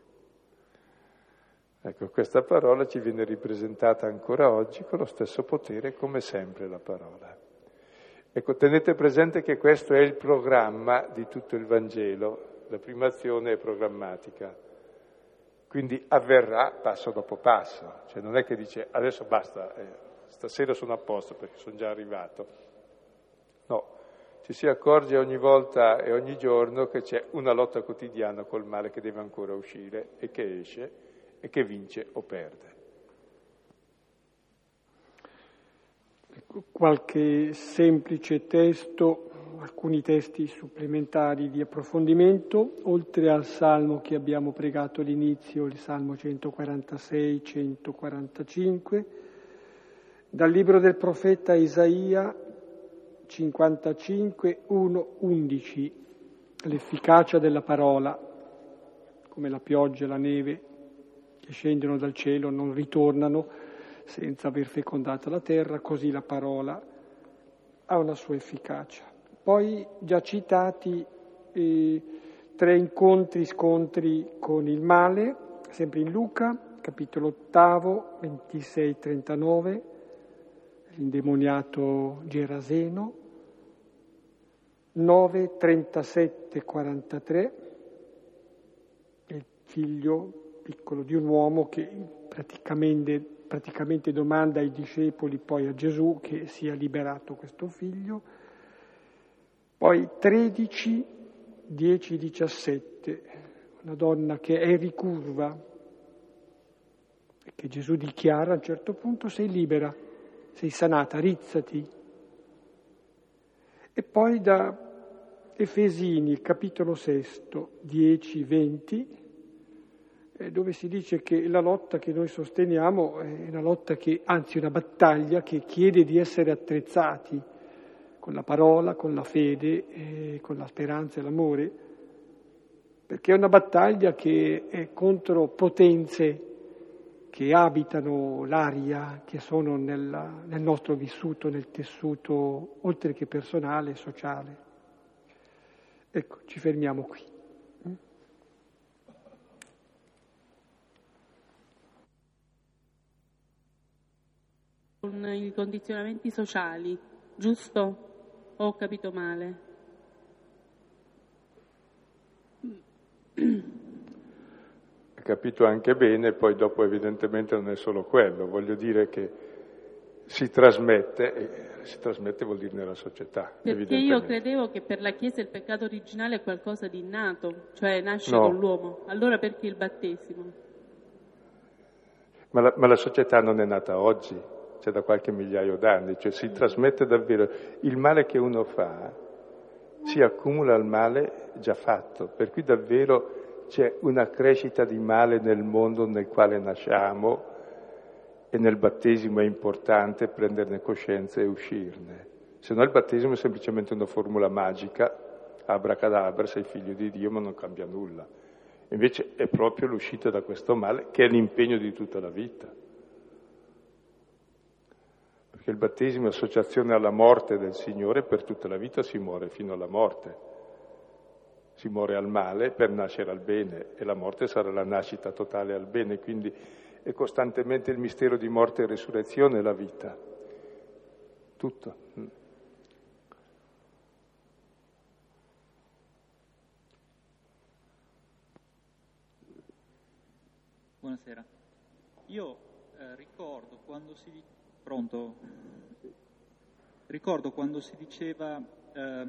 Ecco, questa parola ci viene ripresentata ancora oggi con lo stesso potere, come sempre la parola. Ecco, tenete presente che questo è il programma di tutto il Vangelo, la prima azione è programmatica, quindi avverrà passo dopo passo, cioè non è che dice adesso basta, eh, stasera sono a posto perché sono già arrivato, no, ci si accorge ogni volta e ogni giorno che c'è una lotta quotidiana col male che deve ancora uscire e che esce e che vince o perde. Qualche semplice testo, alcuni testi supplementari di approfondimento, oltre al Salmo che abbiamo pregato all'inizio, il Salmo centoquarantasei centoquarantacinque, dal libro del profeta Isaia cinquantacinque uno undici, l'efficacia della parola, come la pioggia e la neve che scendono dal cielo, non ritornano senza aver fecondato la terra, così la parola ha una sua efficacia. Poi già citati eh, tre incontri, scontri con il male, sempre in Luca, capitolo ottavo, ventisei trentanove, l'indemoniato Geraseno, nove trentasette quarantatré, il figlio piccolo di un uomo che praticamente, praticamente domanda ai discepoli, poi a Gesù, che sia liberato questo figlio. Poi tredici, dieci, diciassette, una donna che è ricurva, che Gesù dichiara a un certo punto: sei libera, sei sanata, rizzati. E poi da Efesini, capitolo sesto, dieci venti, dove si dice che la lotta che noi sosteniamo è una lotta che, anzi una battaglia che chiede di essere attrezzati con la parola, con la fede, eh, con la speranza e l'amore, perché è una battaglia che è contro potenze che abitano l'aria, che sono nella, nel nostro vissuto, nel tessuto, oltre che personale, sociale. Ecco, ci fermiamo qui. Con i condizionamenti sociali, giusto? O ho capito male? Hai capito anche bene, poi dopo evidentemente non è solo quello, voglio dire che si trasmette, e si trasmette vuol dire nella società. Perché io credevo che per la Chiesa il peccato originale è qualcosa di innato, cioè nasce no. con l'uomo. Allora perché il battesimo? Ma la, ma la società non è nata oggi, cioè da qualche migliaio d'anni, cioè si trasmette davvero. Il male che uno fa si accumula al male già fatto, per cui davvero c'è una crescita di male nel mondo nel quale nasciamo e nel battesimo è importante prenderne coscienza e uscirne. Se no il battesimo è semplicemente una formula magica, abracadabra, sei figlio di Dio, ma non cambia nulla. Invece è proprio l'uscita da questo male che è l'impegno di tutta la vita. Perché il battesimo è associazione alla morte del Signore, per tutta la vita si muore fino alla morte. Si muore al male per nascere al bene e la morte sarà la nascita totale al bene, quindi è costantemente il mistero di morte e resurrezione la vita. Tutto. Buonasera. Io eh, ricordo quando si di... pronto ricordo quando si diceva eh,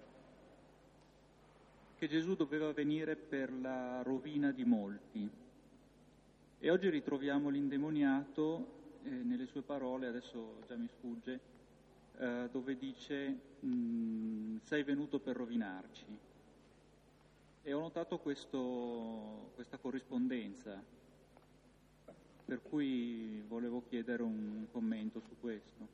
che Gesù doveva venire per la rovina di molti e oggi ritroviamo l'indemoniato eh, nelle sue parole, adesso già mi sfugge, eh, dove dice sei venuto per rovinarci, e ho notato questo, questa corrispondenza. Per cui volevo chiedere un commento su questo.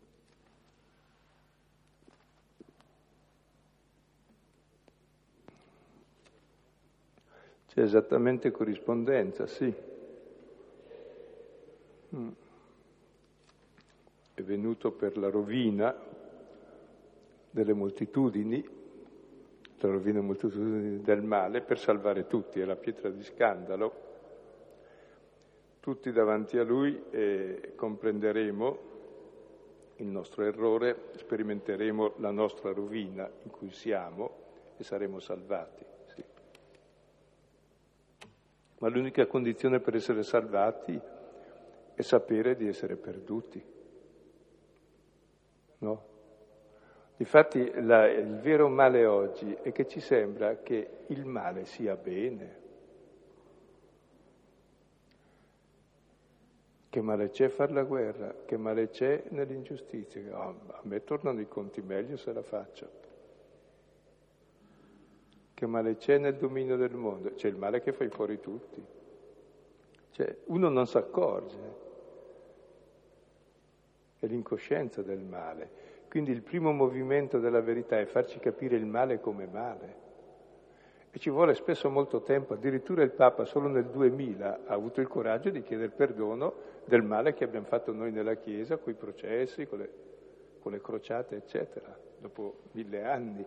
C'è esattamente corrispondenza, sì. Mm. È venuto per la rovina delle moltitudini, la rovina delle moltitudini del male, per salvare tutti, è la pietra di scandalo. Tutti davanti a Lui e comprenderemo il nostro errore, sperimenteremo la nostra rovina in cui siamo e saremo salvati. Sì. Ma l'unica condizione per essere salvati è sapere di essere perduti. No? Difatti la, il vero male oggi è che ci sembra che il male sia bene. Che male c'è far la guerra? Che male c'è nell'ingiustizia? Oh, a me tornano i conti meglio se la faccio. Che male c'è nel dominio del mondo? C'è il male che fai fuori tutti. Cioè, uno non si accorge. È l'incoscienza del male. Quindi il primo movimento della verità è farci capire il male come male. E ci vuole spesso molto tempo, addirittura il Papa solo nel duemila ha avuto il coraggio di chiedere perdono del male che abbiamo fatto noi nella Chiesa, con i processi, con le, con le crociate, eccetera, dopo mille anni.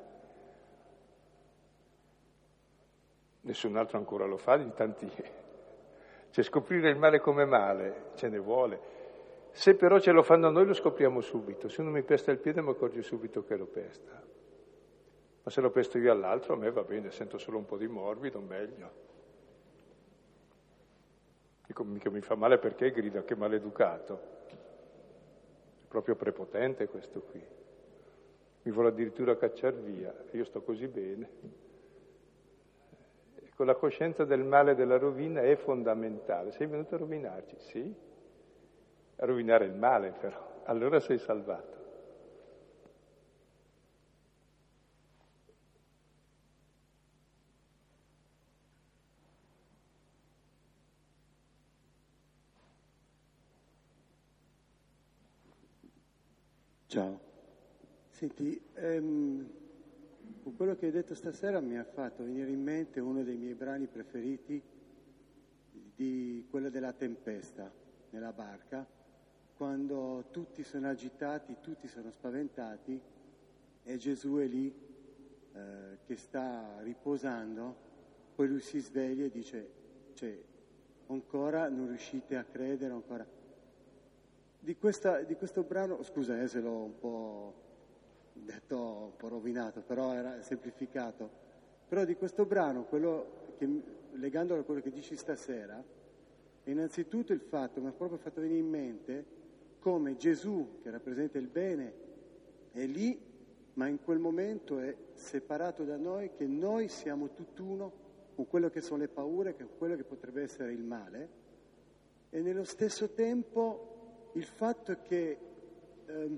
Nessun altro ancora lo fa, in tanti. Cioè scoprire il male come male, ce ne vuole. Se però ce lo fanno noi lo scopriamo subito, se uno mi pesta il piede mi accorgo subito che lo pesta. Ma se lo pesto io all'altro, a me va bene, sento solo un po' di morbido, meglio. Dico, mica mi fa male perché grida, che maleducato. È proprio prepotente questo qui. Mi vuole addirittura cacciar via, e io sto così bene. Ecco, la coscienza del male e della rovina è fondamentale. Sei venuto a rovinarci? Sì. A rovinare il male, però. Allora sei salvato. Ciao. Senti, ehm, con quello che hai detto stasera mi ha fatto venire in mente uno dei miei brani preferiti, di quello della tempesta nella barca, quando tutti sono agitati, tutti sono spaventati e Gesù è lì eh, che sta riposando, poi lui si sveglia e dice, cioè, ancora non riuscite a credere, ancora... Di, questa, di questo brano, scusa eh, se l'ho un po' detto, un po' rovinato, però era semplificato, però di questo brano, quello che, legandolo a quello che dici stasera, è innanzitutto il fatto, mi ha proprio fatto venire in mente come Gesù, che rappresenta il bene, è lì, ma in quel momento è separato da noi, che noi siamo tutt'uno con quello che sono le paure, con quello che potrebbe essere il male, e nello stesso tempo il fatto che, ehm,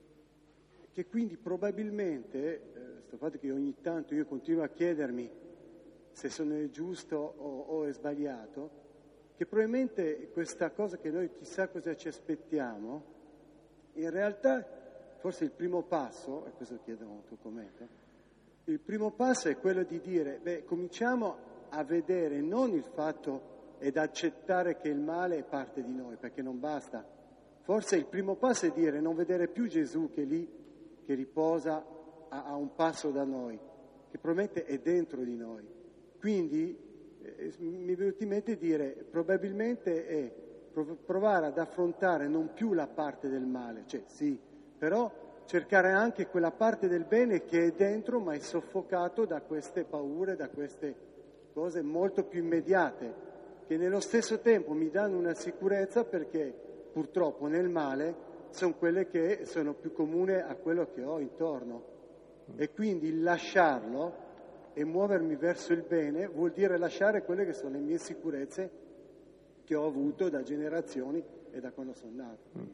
che quindi probabilmente, eh, sto fatto che ogni tanto io continuo a chiedermi se sono nel giusto o, o è sbagliato, che probabilmente questa cosa che noi chissà cosa ci aspettiamo, in realtà forse il primo passo, e questo chiedo un tuo commento, il primo passo è quello di dire, beh, cominciamo a vedere non il fatto ed accettare che il male è parte di noi, perché non basta. Forse il primo passo è dire non vedere più Gesù che è lì, che riposa a, a un passo da noi, che probabilmente è dentro di noi. Quindi eh, mi è venuto in mente dire, probabilmente è provare ad affrontare non più la parte del male, cioè sì, però cercare anche quella parte del bene che è dentro ma è soffocato da queste paure, da queste cose molto più immediate, che nello stesso tempo mi danno una sicurezza perché purtroppo nel male sono quelle che sono più comuni a quello che ho intorno. E quindi lasciarlo e muovermi verso il bene vuol dire lasciare quelle che sono le mie sicurezze che ho avuto da generazioni e da quando sono nato.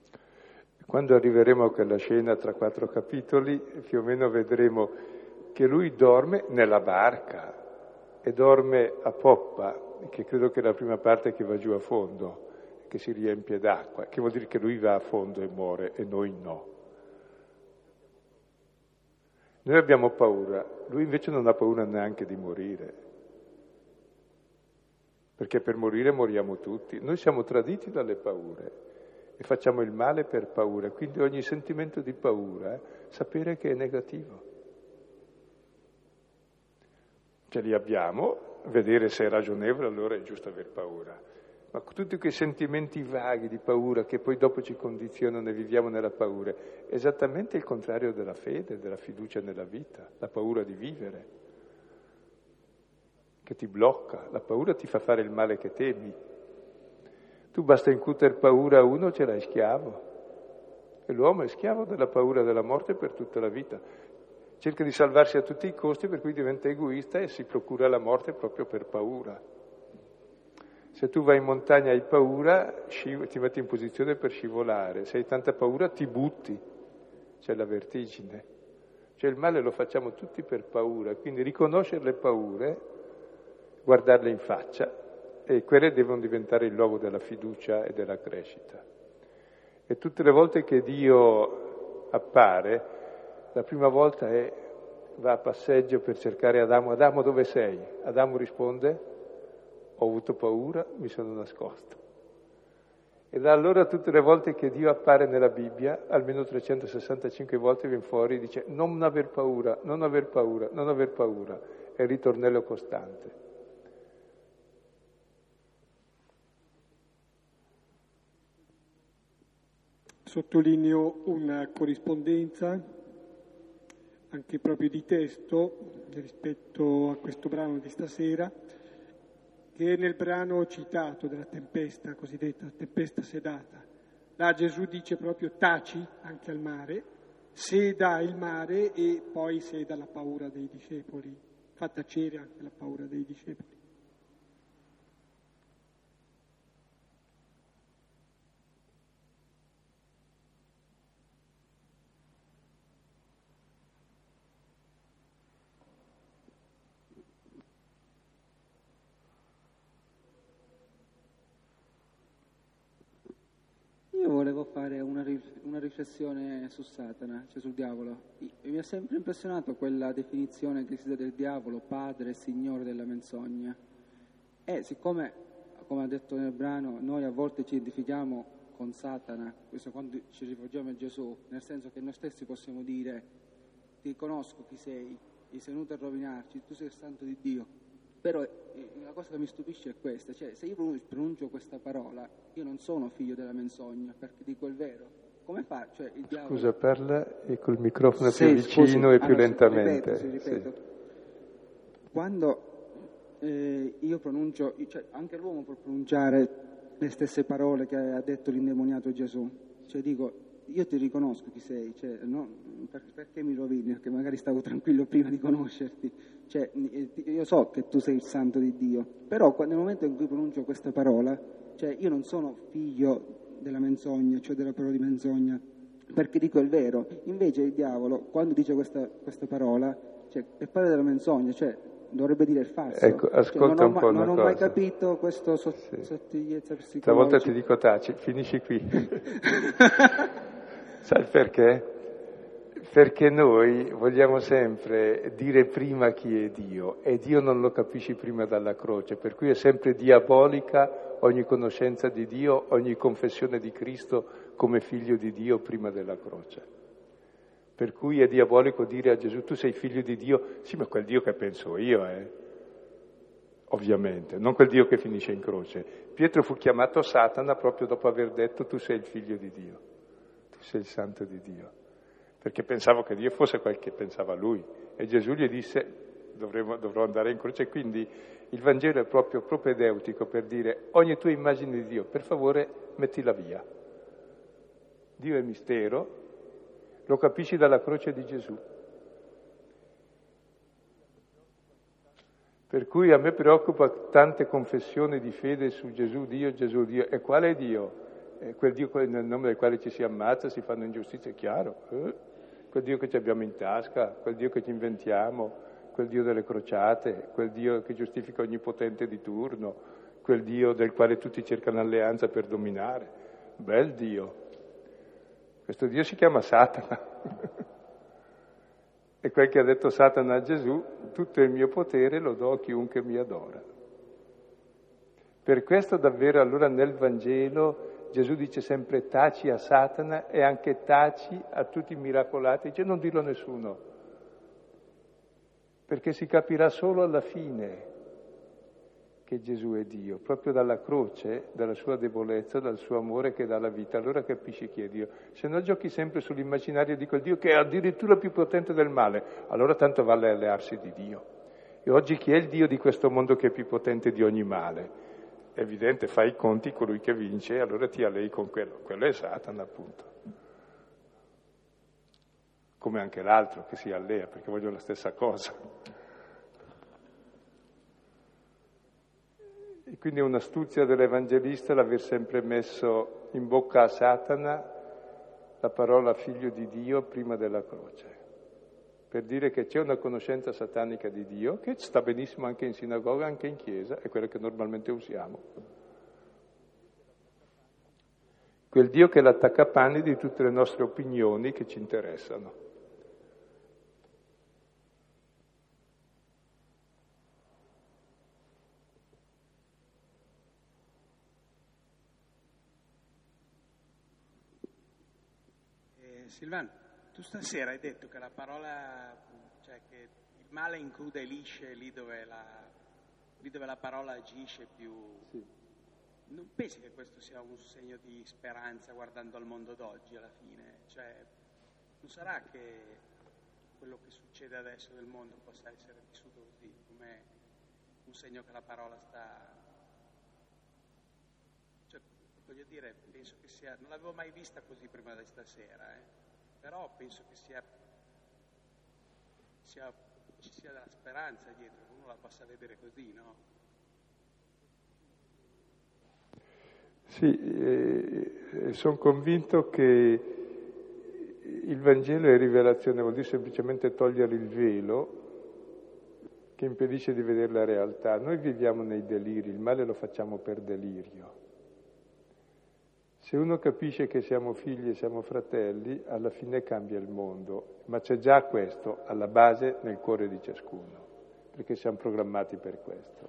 Quando arriveremo a quella scena tra quattro capitoli, più o meno vedremo che lui dorme nella barca e dorme a poppa, che credo che è la prima parte che va giù a fondo, che si riempie d'acqua, che vuol dire che lui va a fondo e muore e noi no. Noi abbiamo paura, lui invece non ha paura neanche di morire, perché per morire moriamo tutti. Noi siamo traditi dalle paure e facciamo il male per paura, quindi ogni sentimento di paura, eh, sapere che è negativo. Ce li abbiamo, vedere se è ragionevole, allora è giusto aver paura. Ma tutti quei sentimenti vaghi di paura che poi dopo ci condizionano e viviamo nella paura, è esattamente il contrario della fede, della fiducia nella vita, la paura di vivere, che ti blocca, la paura ti fa fare il male che temi. Tu basta incutere paura a uno, ce l'hai schiavo. E l'uomo è schiavo della paura della morte per tutta la vita. Cerca di salvarsi a tutti i costi, per cui diventa egoista e si procura la morte proprio per paura. Se tu vai in montagna e hai paura, sciv- ti metti in posizione per scivolare. Se hai tanta paura ti butti, c'è la vertigine. Cioè il male lo facciamo tutti per paura, quindi riconoscere le paure, guardarle in faccia, e quelle devono diventare il luogo della fiducia e della crescita. E tutte le volte che Dio appare, la prima volta è va a passeggio per cercare Adamo. Adamo, dove sei? Adamo risponde: ho avuto paura, mi sono nascosto. E da allora tutte le volte che Dio appare nella Bibbia, almeno trecentosessantacinque volte viene fuori e dice non aver paura, non aver paura, non aver paura. È il ritornello costante. Sottolineo una corrispondenza, anche proprio di testo, rispetto a questo brano di stasera, che è nel brano citato della tempesta, cosiddetta tempesta sedata. Là Gesù dice proprio taci anche al mare, seda il mare e poi seda la paura dei discepoli, fa tacere anche la paura dei discepoli. Io volevo fare una, una riflessione su Satana, cioè sul diavolo. Mi ha sempre impressionato quella definizione che si dà del diavolo, padre e signore della menzogna. E siccome, come ha detto nel brano, noi a volte ci identifichiamo con Satana, questo quando ci rivolgiamo a Gesù, nel senso che noi stessi possiamo dire: ti conosco chi sei, sei venuto a rovinarci, tu sei il santo di Dio. Però la cosa che mi stupisce è questa, cioè se io pronuncio questa parola, io non sono figlio della menzogna, perché dico il vero. Come fa? Cioè, il diavolo... Scusa, parla e col microfono sì, più vicino scusi. e più allora, lentamente. Ripeto, sì, ripeto. Sì. Quando eh, io pronuncio, cioè anche l'uomo può pronunciare le stesse parole che ha detto l'indemoniato Gesù. Cioè dico, io ti riconosco chi sei, cioè, no, per, perché mi rovini? Perché magari stavo tranquillo prima di conoscerti. Cioè, io so che tu sei il santo di Dio, però nel momento in cui pronuncio questa parola, cioè io non sono figlio della menzogna, cioè della parola di menzogna, perché dico il vero. Invece il diavolo, quando dice questa, questa parola, cioè, è padre della menzogna, cioè dovrebbe dire il falso. Ecco, ascolta cioè, un po' ma, una non cosa. ho mai capito questo sott- sì. sottigliezza psicologica. Stavolta ti dico taci, finisci qui. Sai perché? Perché noi vogliamo sempre dire prima chi è Dio, e Dio non lo capisci prima dalla croce, per cui è sempre diabolica ogni conoscenza di Dio, ogni confessione di Cristo come figlio di Dio prima della croce. Per cui è diabolico dire a Gesù: tu sei figlio di Dio, sì, ma quel Dio che penso io, eh. Ovviamente, non quel Dio che finisce in croce. Pietro fu chiamato Satana proprio dopo aver detto: tu sei il figlio di Dio, tu sei il santo di Dio. Perché pensavo che Dio fosse quel che pensava lui. E Gesù gli disse: dovremo, dovrò andare in croce. Quindi il Vangelo è proprio propedeutico per dire: ogni tua immagine di Dio, per favore, mettila via. Dio è mistero, lo capisci dalla croce di Gesù. Per cui a me preoccupa tante confessioni di fede su Gesù, Dio, Gesù, Dio. E quale è Dio? Eh, quel Dio nel nome del quale ci si ammazza, si fanno ingiustizie, è chiaro. Eh? Quel Dio che ci abbiamo in tasca, quel Dio che ci inventiamo, quel Dio delle crociate, quel Dio che giustifica ogni potente di turno, quel Dio del quale tutti cercano alleanza per dominare. Bel Dio. Questo Dio si chiama Satana. E quel che ha detto Satana a Gesù: tutto il mio potere lo do a chiunque mi adora. Per questo davvero allora nel Vangelo Gesù dice sempre taci a Satana e anche taci a tutti i miracolati, dice non dirlo a nessuno, perché si capirà solo alla fine che Gesù è Dio, proprio dalla croce, dalla sua debolezza, dal suo amore che dà la vita, allora capisci chi è Dio. Se no giochi sempre sull'immaginario di quel Dio che è addirittura più potente del male, allora tanto vale allearsi di Dio. E oggi chi è il Dio di questo mondo che è più potente di ogni male? È evidente, fai i conti, colui che vince, allora ti allei con quello. Quello è Satana, appunto. Come anche l'altro che si allea, perché voglio la stessa cosa. E quindi è un'astuzia dell'Evangelista l'aver sempre messo in bocca a Satana la parola figlio di Dio prima della croce, per dire che c'è una conoscenza satanica di Dio che sta benissimo anche in sinagoga, anche in chiesa, è quella che normalmente usiamo. Quel Dio che è l'attaccapanni di tutte le nostre opinioni che ci interessano. Eh, Silvano, tu stasera hai detto che la parola, cioè che il male include e lisce lì dove la, lì dove la parola agisce più. Sì. Non pensi che questo sia un segno di speranza guardando al mondo d'oggi alla fine? Cioè, non sarà che quello che succede adesso nel mondo possa essere vissuto così, come un segno che la parola sta. Cioè, voglio dire, penso che sia. Non l'avevo mai vista così prima di stasera, eh. Però penso che sia, sia, ci sia della speranza dietro, che uno la possa vedere così, no? Sì, eh, sono convinto che il Vangelo è rivelazione, vuol dire semplicemente togliere il velo che impedisce di vedere la realtà. Noi viviamo nei deliri, il male lo facciamo per delirio. Se uno capisce che siamo figli e siamo fratelli, alla fine cambia il mondo, ma c'è già questo alla base nel cuore di ciascuno, perché siamo programmati per questo.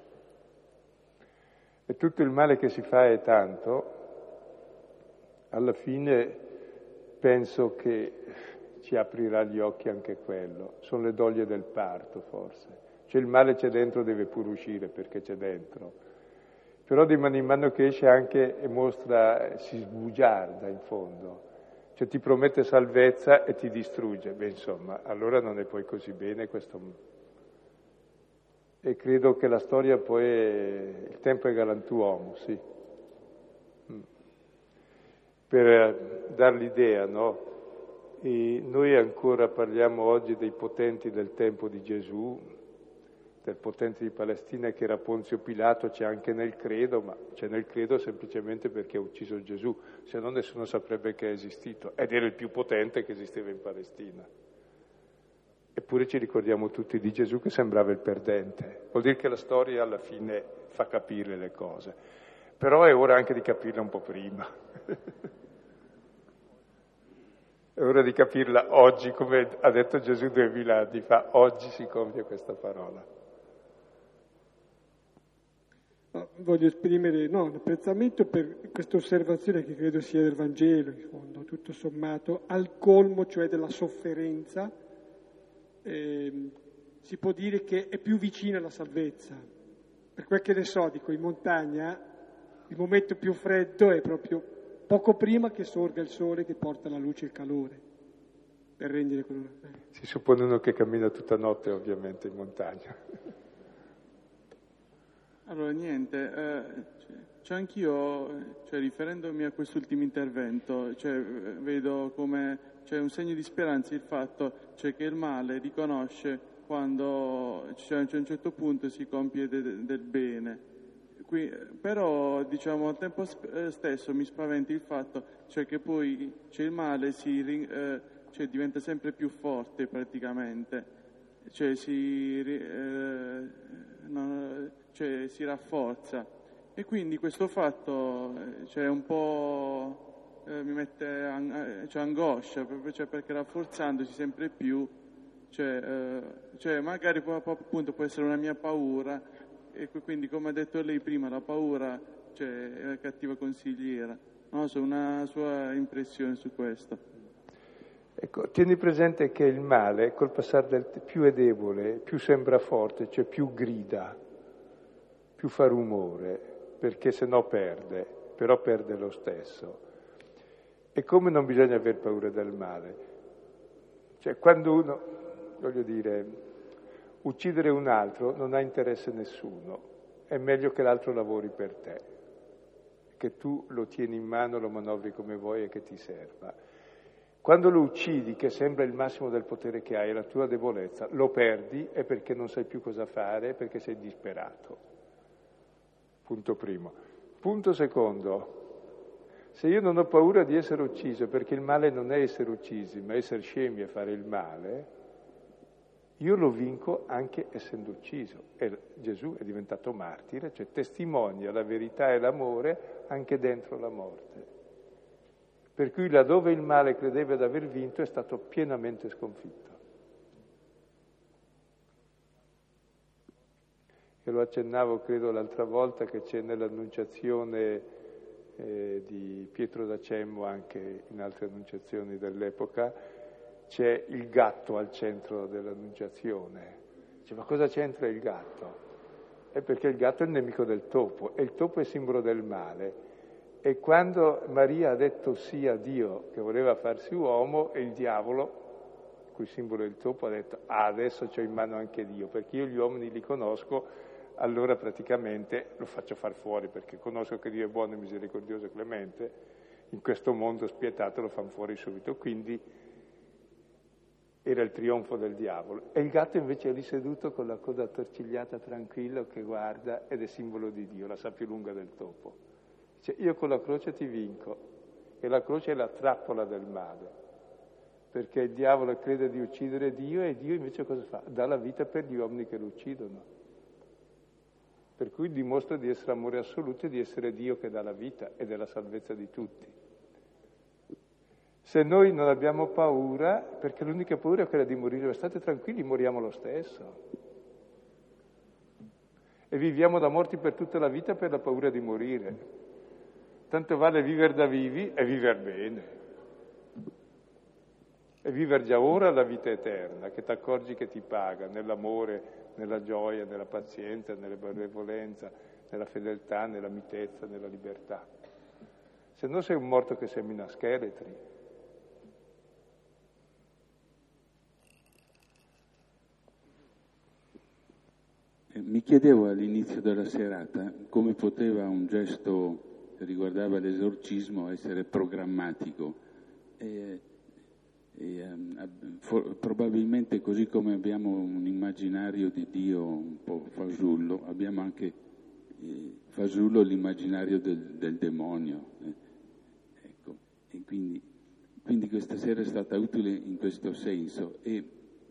E tutto il male che si fa è tanto, alla fine penso che ci aprirà gli occhi anche quello, sono le doglie del parto forse, cioè il male c'è dentro, deve pure uscire perché c'è dentro. Però di mano in mano che esce anche e mostra, si sbugiarda in fondo, cioè ti promette salvezza e ti distrugge. Beh, insomma, allora non è poi così bene questo. E credo che la storia poi, è... il tempo è galantuomo, sì. Per dar l'idea, no? E noi ancora parliamo oggi dei potenti del tempo di Gesù, del potente di Palestina che era Ponzio Pilato, c'è anche nel credo, ma c'è nel credo semplicemente perché ha ucciso Gesù, se no nessuno saprebbe che è esistito, ed era il più potente che esisteva in Palestina. Eppure ci ricordiamo tutti di Gesù che sembrava il perdente. Vuol dire che la storia alla fine fa capire le cose, però è ora anche di capirle un po' prima. È ora di capirla oggi, come ha detto Gesù duemila anni fa, oggi si compie questa parola. Voglio esprimere no, l'apprezzamento per questa osservazione che credo sia del Vangelo, in fondo, tutto sommato, al colmo, cioè della sofferenza, eh, si può dire che è più vicina alla salvezza. Per quel che ne so, dico, in montagna il momento più freddo è proprio poco prima che sorga il sole che porta la luce e il calore, per rendere quello. Si suppone uno che cammina tutta notte, ovviamente, in montagna. Allora, niente, eh, cioè anch'io, cioè, riferendomi a quest'ultimo intervento, cioè, vedo come c'è un segno di speranza il fatto cioè, che il male riconosce quando cioè, a un certo punto si compie de- de- del bene. Qui, però, diciamo, al tempo stesso mi spaventa il fatto cioè, che poi cioè, il male si, eh, cioè, diventa sempre più forte praticamente, cioè si... Eh, no, cioè si rafforza e quindi questo fatto cioè, un po' eh, mi mette an- cioè, angoscia cioè, perché rafforzandosi sempre più cioè, eh, cioè magari può, appunto può essere una mia paura e quindi come ha detto lei prima la paura cioè, è una cattiva consigliera, non so, una sua impressione su questo. Ecco, tieni presente che il male col passare del tempo più è debole, più sembra forte, cioè più grida, più fa rumore, perché se no perde, però perde lo stesso. E come non bisogna aver paura del male? Cioè, quando uno, voglio dire, uccidere un altro non ha interesse nessuno, è meglio che l'altro lavori per te, che tu lo tieni in mano, lo manovri come vuoi e che ti serva. Quando lo uccidi, che sembra il massimo del potere che hai, è la tua debolezza, lo perdi è perché non sai più cosa fare, perché sei disperato. Punto primo. Punto secondo, se io non ho paura di essere ucciso, perché il male non è essere uccisi, ma essere scemi e fare il male, io lo vinco anche essendo ucciso. E Gesù è diventato martire, cioè testimonia la verità e l'amore anche dentro la morte. Per cui laddove il male credeva di aver vinto è stato pienamente sconfitto. E lo accennavo, credo, l'altra volta che c'è nell'annunciazione eh, di Pietro da Cemmo, anche in altre annunciazioni dell'epoca, c'è il gatto al centro dell'annunciazione. Dice, ma cosa c'entra il gatto? È perché il gatto è il nemico del topo, e il topo è simbolo del male. E quando Maria ha detto sì a Dio, che voleva farsi uomo, e il diavolo, cui simbolo del topo, ha detto, ah, adesso c'ho in mano anche Dio, perché io gli uomini li conosco, allora praticamente lo faccio far fuori, perché conosco che Dio è buono, misericordioso e clemente, in questo mondo spietato lo fanno fuori subito, quindi era il trionfo del diavolo. E il gatto invece è lì seduto con la coda attorcigliata, tranquillo, che guarda, ed è simbolo di Dio, la sa più lunga del topo. Dice, io con la croce ti vinco, e la croce è la trappola del male, perché il diavolo crede di uccidere Dio, e Dio invece cosa fa? Dà la vita per gli uomini che lo uccidono. Per cui dimostra di essere amore assoluto e di essere Dio che dà la vita e della salvezza di tutti. Se noi non abbiamo paura, perché l'unica paura è quella di morire, ma state tranquilli, moriamo lo stesso. E viviamo da morti per tutta la vita per la paura di morire. Tanto vale vivere da vivi e vivere bene. E vivere già ora la vita eterna, che ti accorgi che ti paga, nell'amore, nella gioia, nella pazienza, nella benevolenza, nella fedeltà, nella mitezza, nella libertà. Se no sei un morto che semina scheletri. Mi chiedevo all'inizio della serata come poteva un gesto che riguardava l'esorcismo essere programmatico. E, e, um, for, probabilmente così come abbiamo un immaginario di Dio un po' fasullo, abbiamo anche eh, fasullo l'immaginario del, del demonio. Eh. Ecco. E quindi, quindi questa sera è stata utile in questo senso. E,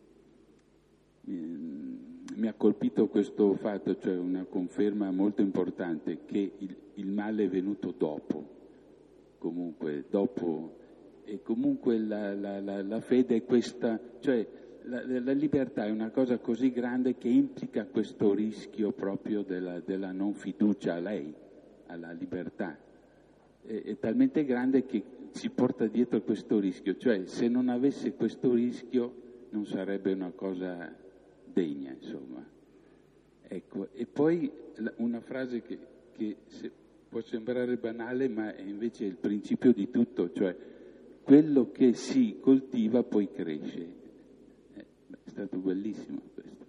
eh, mi ha colpito questo fatto, cioè una conferma molto importante, che il, il male è venuto dopo, comunque dopo, e comunque la, la, la, la fede è questa, cioè la, la libertà è una cosa così grande che implica questo rischio proprio della, della non fiducia a lei, alla libertà, è, è talmente grande che si porta dietro questo rischio, cioè se non avesse questo rischio non sarebbe una cosa degna, insomma. Ecco, e poi una frase che, che se, può sembrare banale, ma è invece il principio di tutto, cioè quello che si coltiva poi cresce. Eh, è stato bellissimo questo.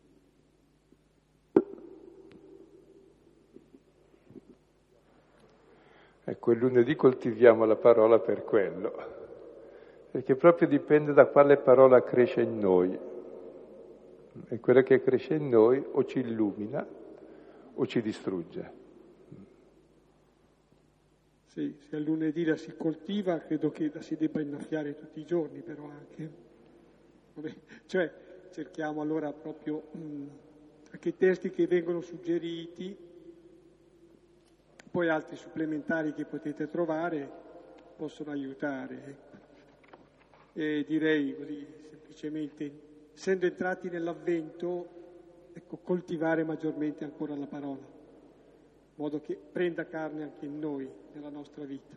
Ecco, il lunedì coltiviamo la parola per quello, perché proprio dipende da quale parola cresce in noi. E quella che cresce in noi o ci illumina o ci distrugge. Sì, se a lunedì la si coltiva, credo che la si debba innaffiare tutti i giorni, però anche. Vabbè, cioè, cerchiamo allora proprio mh, anche i testi che vengono suggeriti, poi altri supplementari che potete trovare possono aiutare. Ecco. E direi così, semplicemente, essendo entrati nell'avvento, ecco, coltivare maggiormente ancora la parola, in modo che prenda carne anche in noi, nella nostra vita.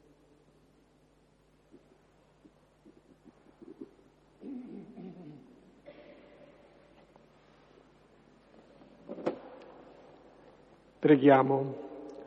Preghiamo.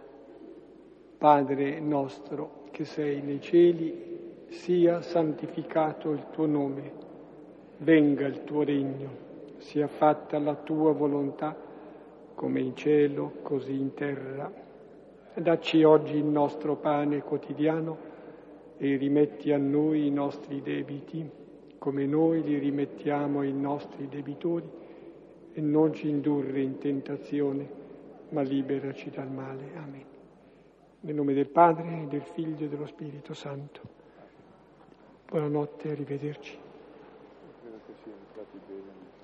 Padre nostro che sei nei cieli, sia santificato il tuo nome. Venga il tuo regno, sia fatta la tua volontà, come in cielo, così in terra. Dacci oggi il nostro pane quotidiano e rimetti a noi i nostri debiti, come noi li rimettiamo ai nostri debitori, e non ci indurre in tentazione, ma liberaci dal male. Amen. Nel nome del Padre, del Figlio e dello Spirito Santo. Buonanotte, arrivederci. Credo che sia entrati bene.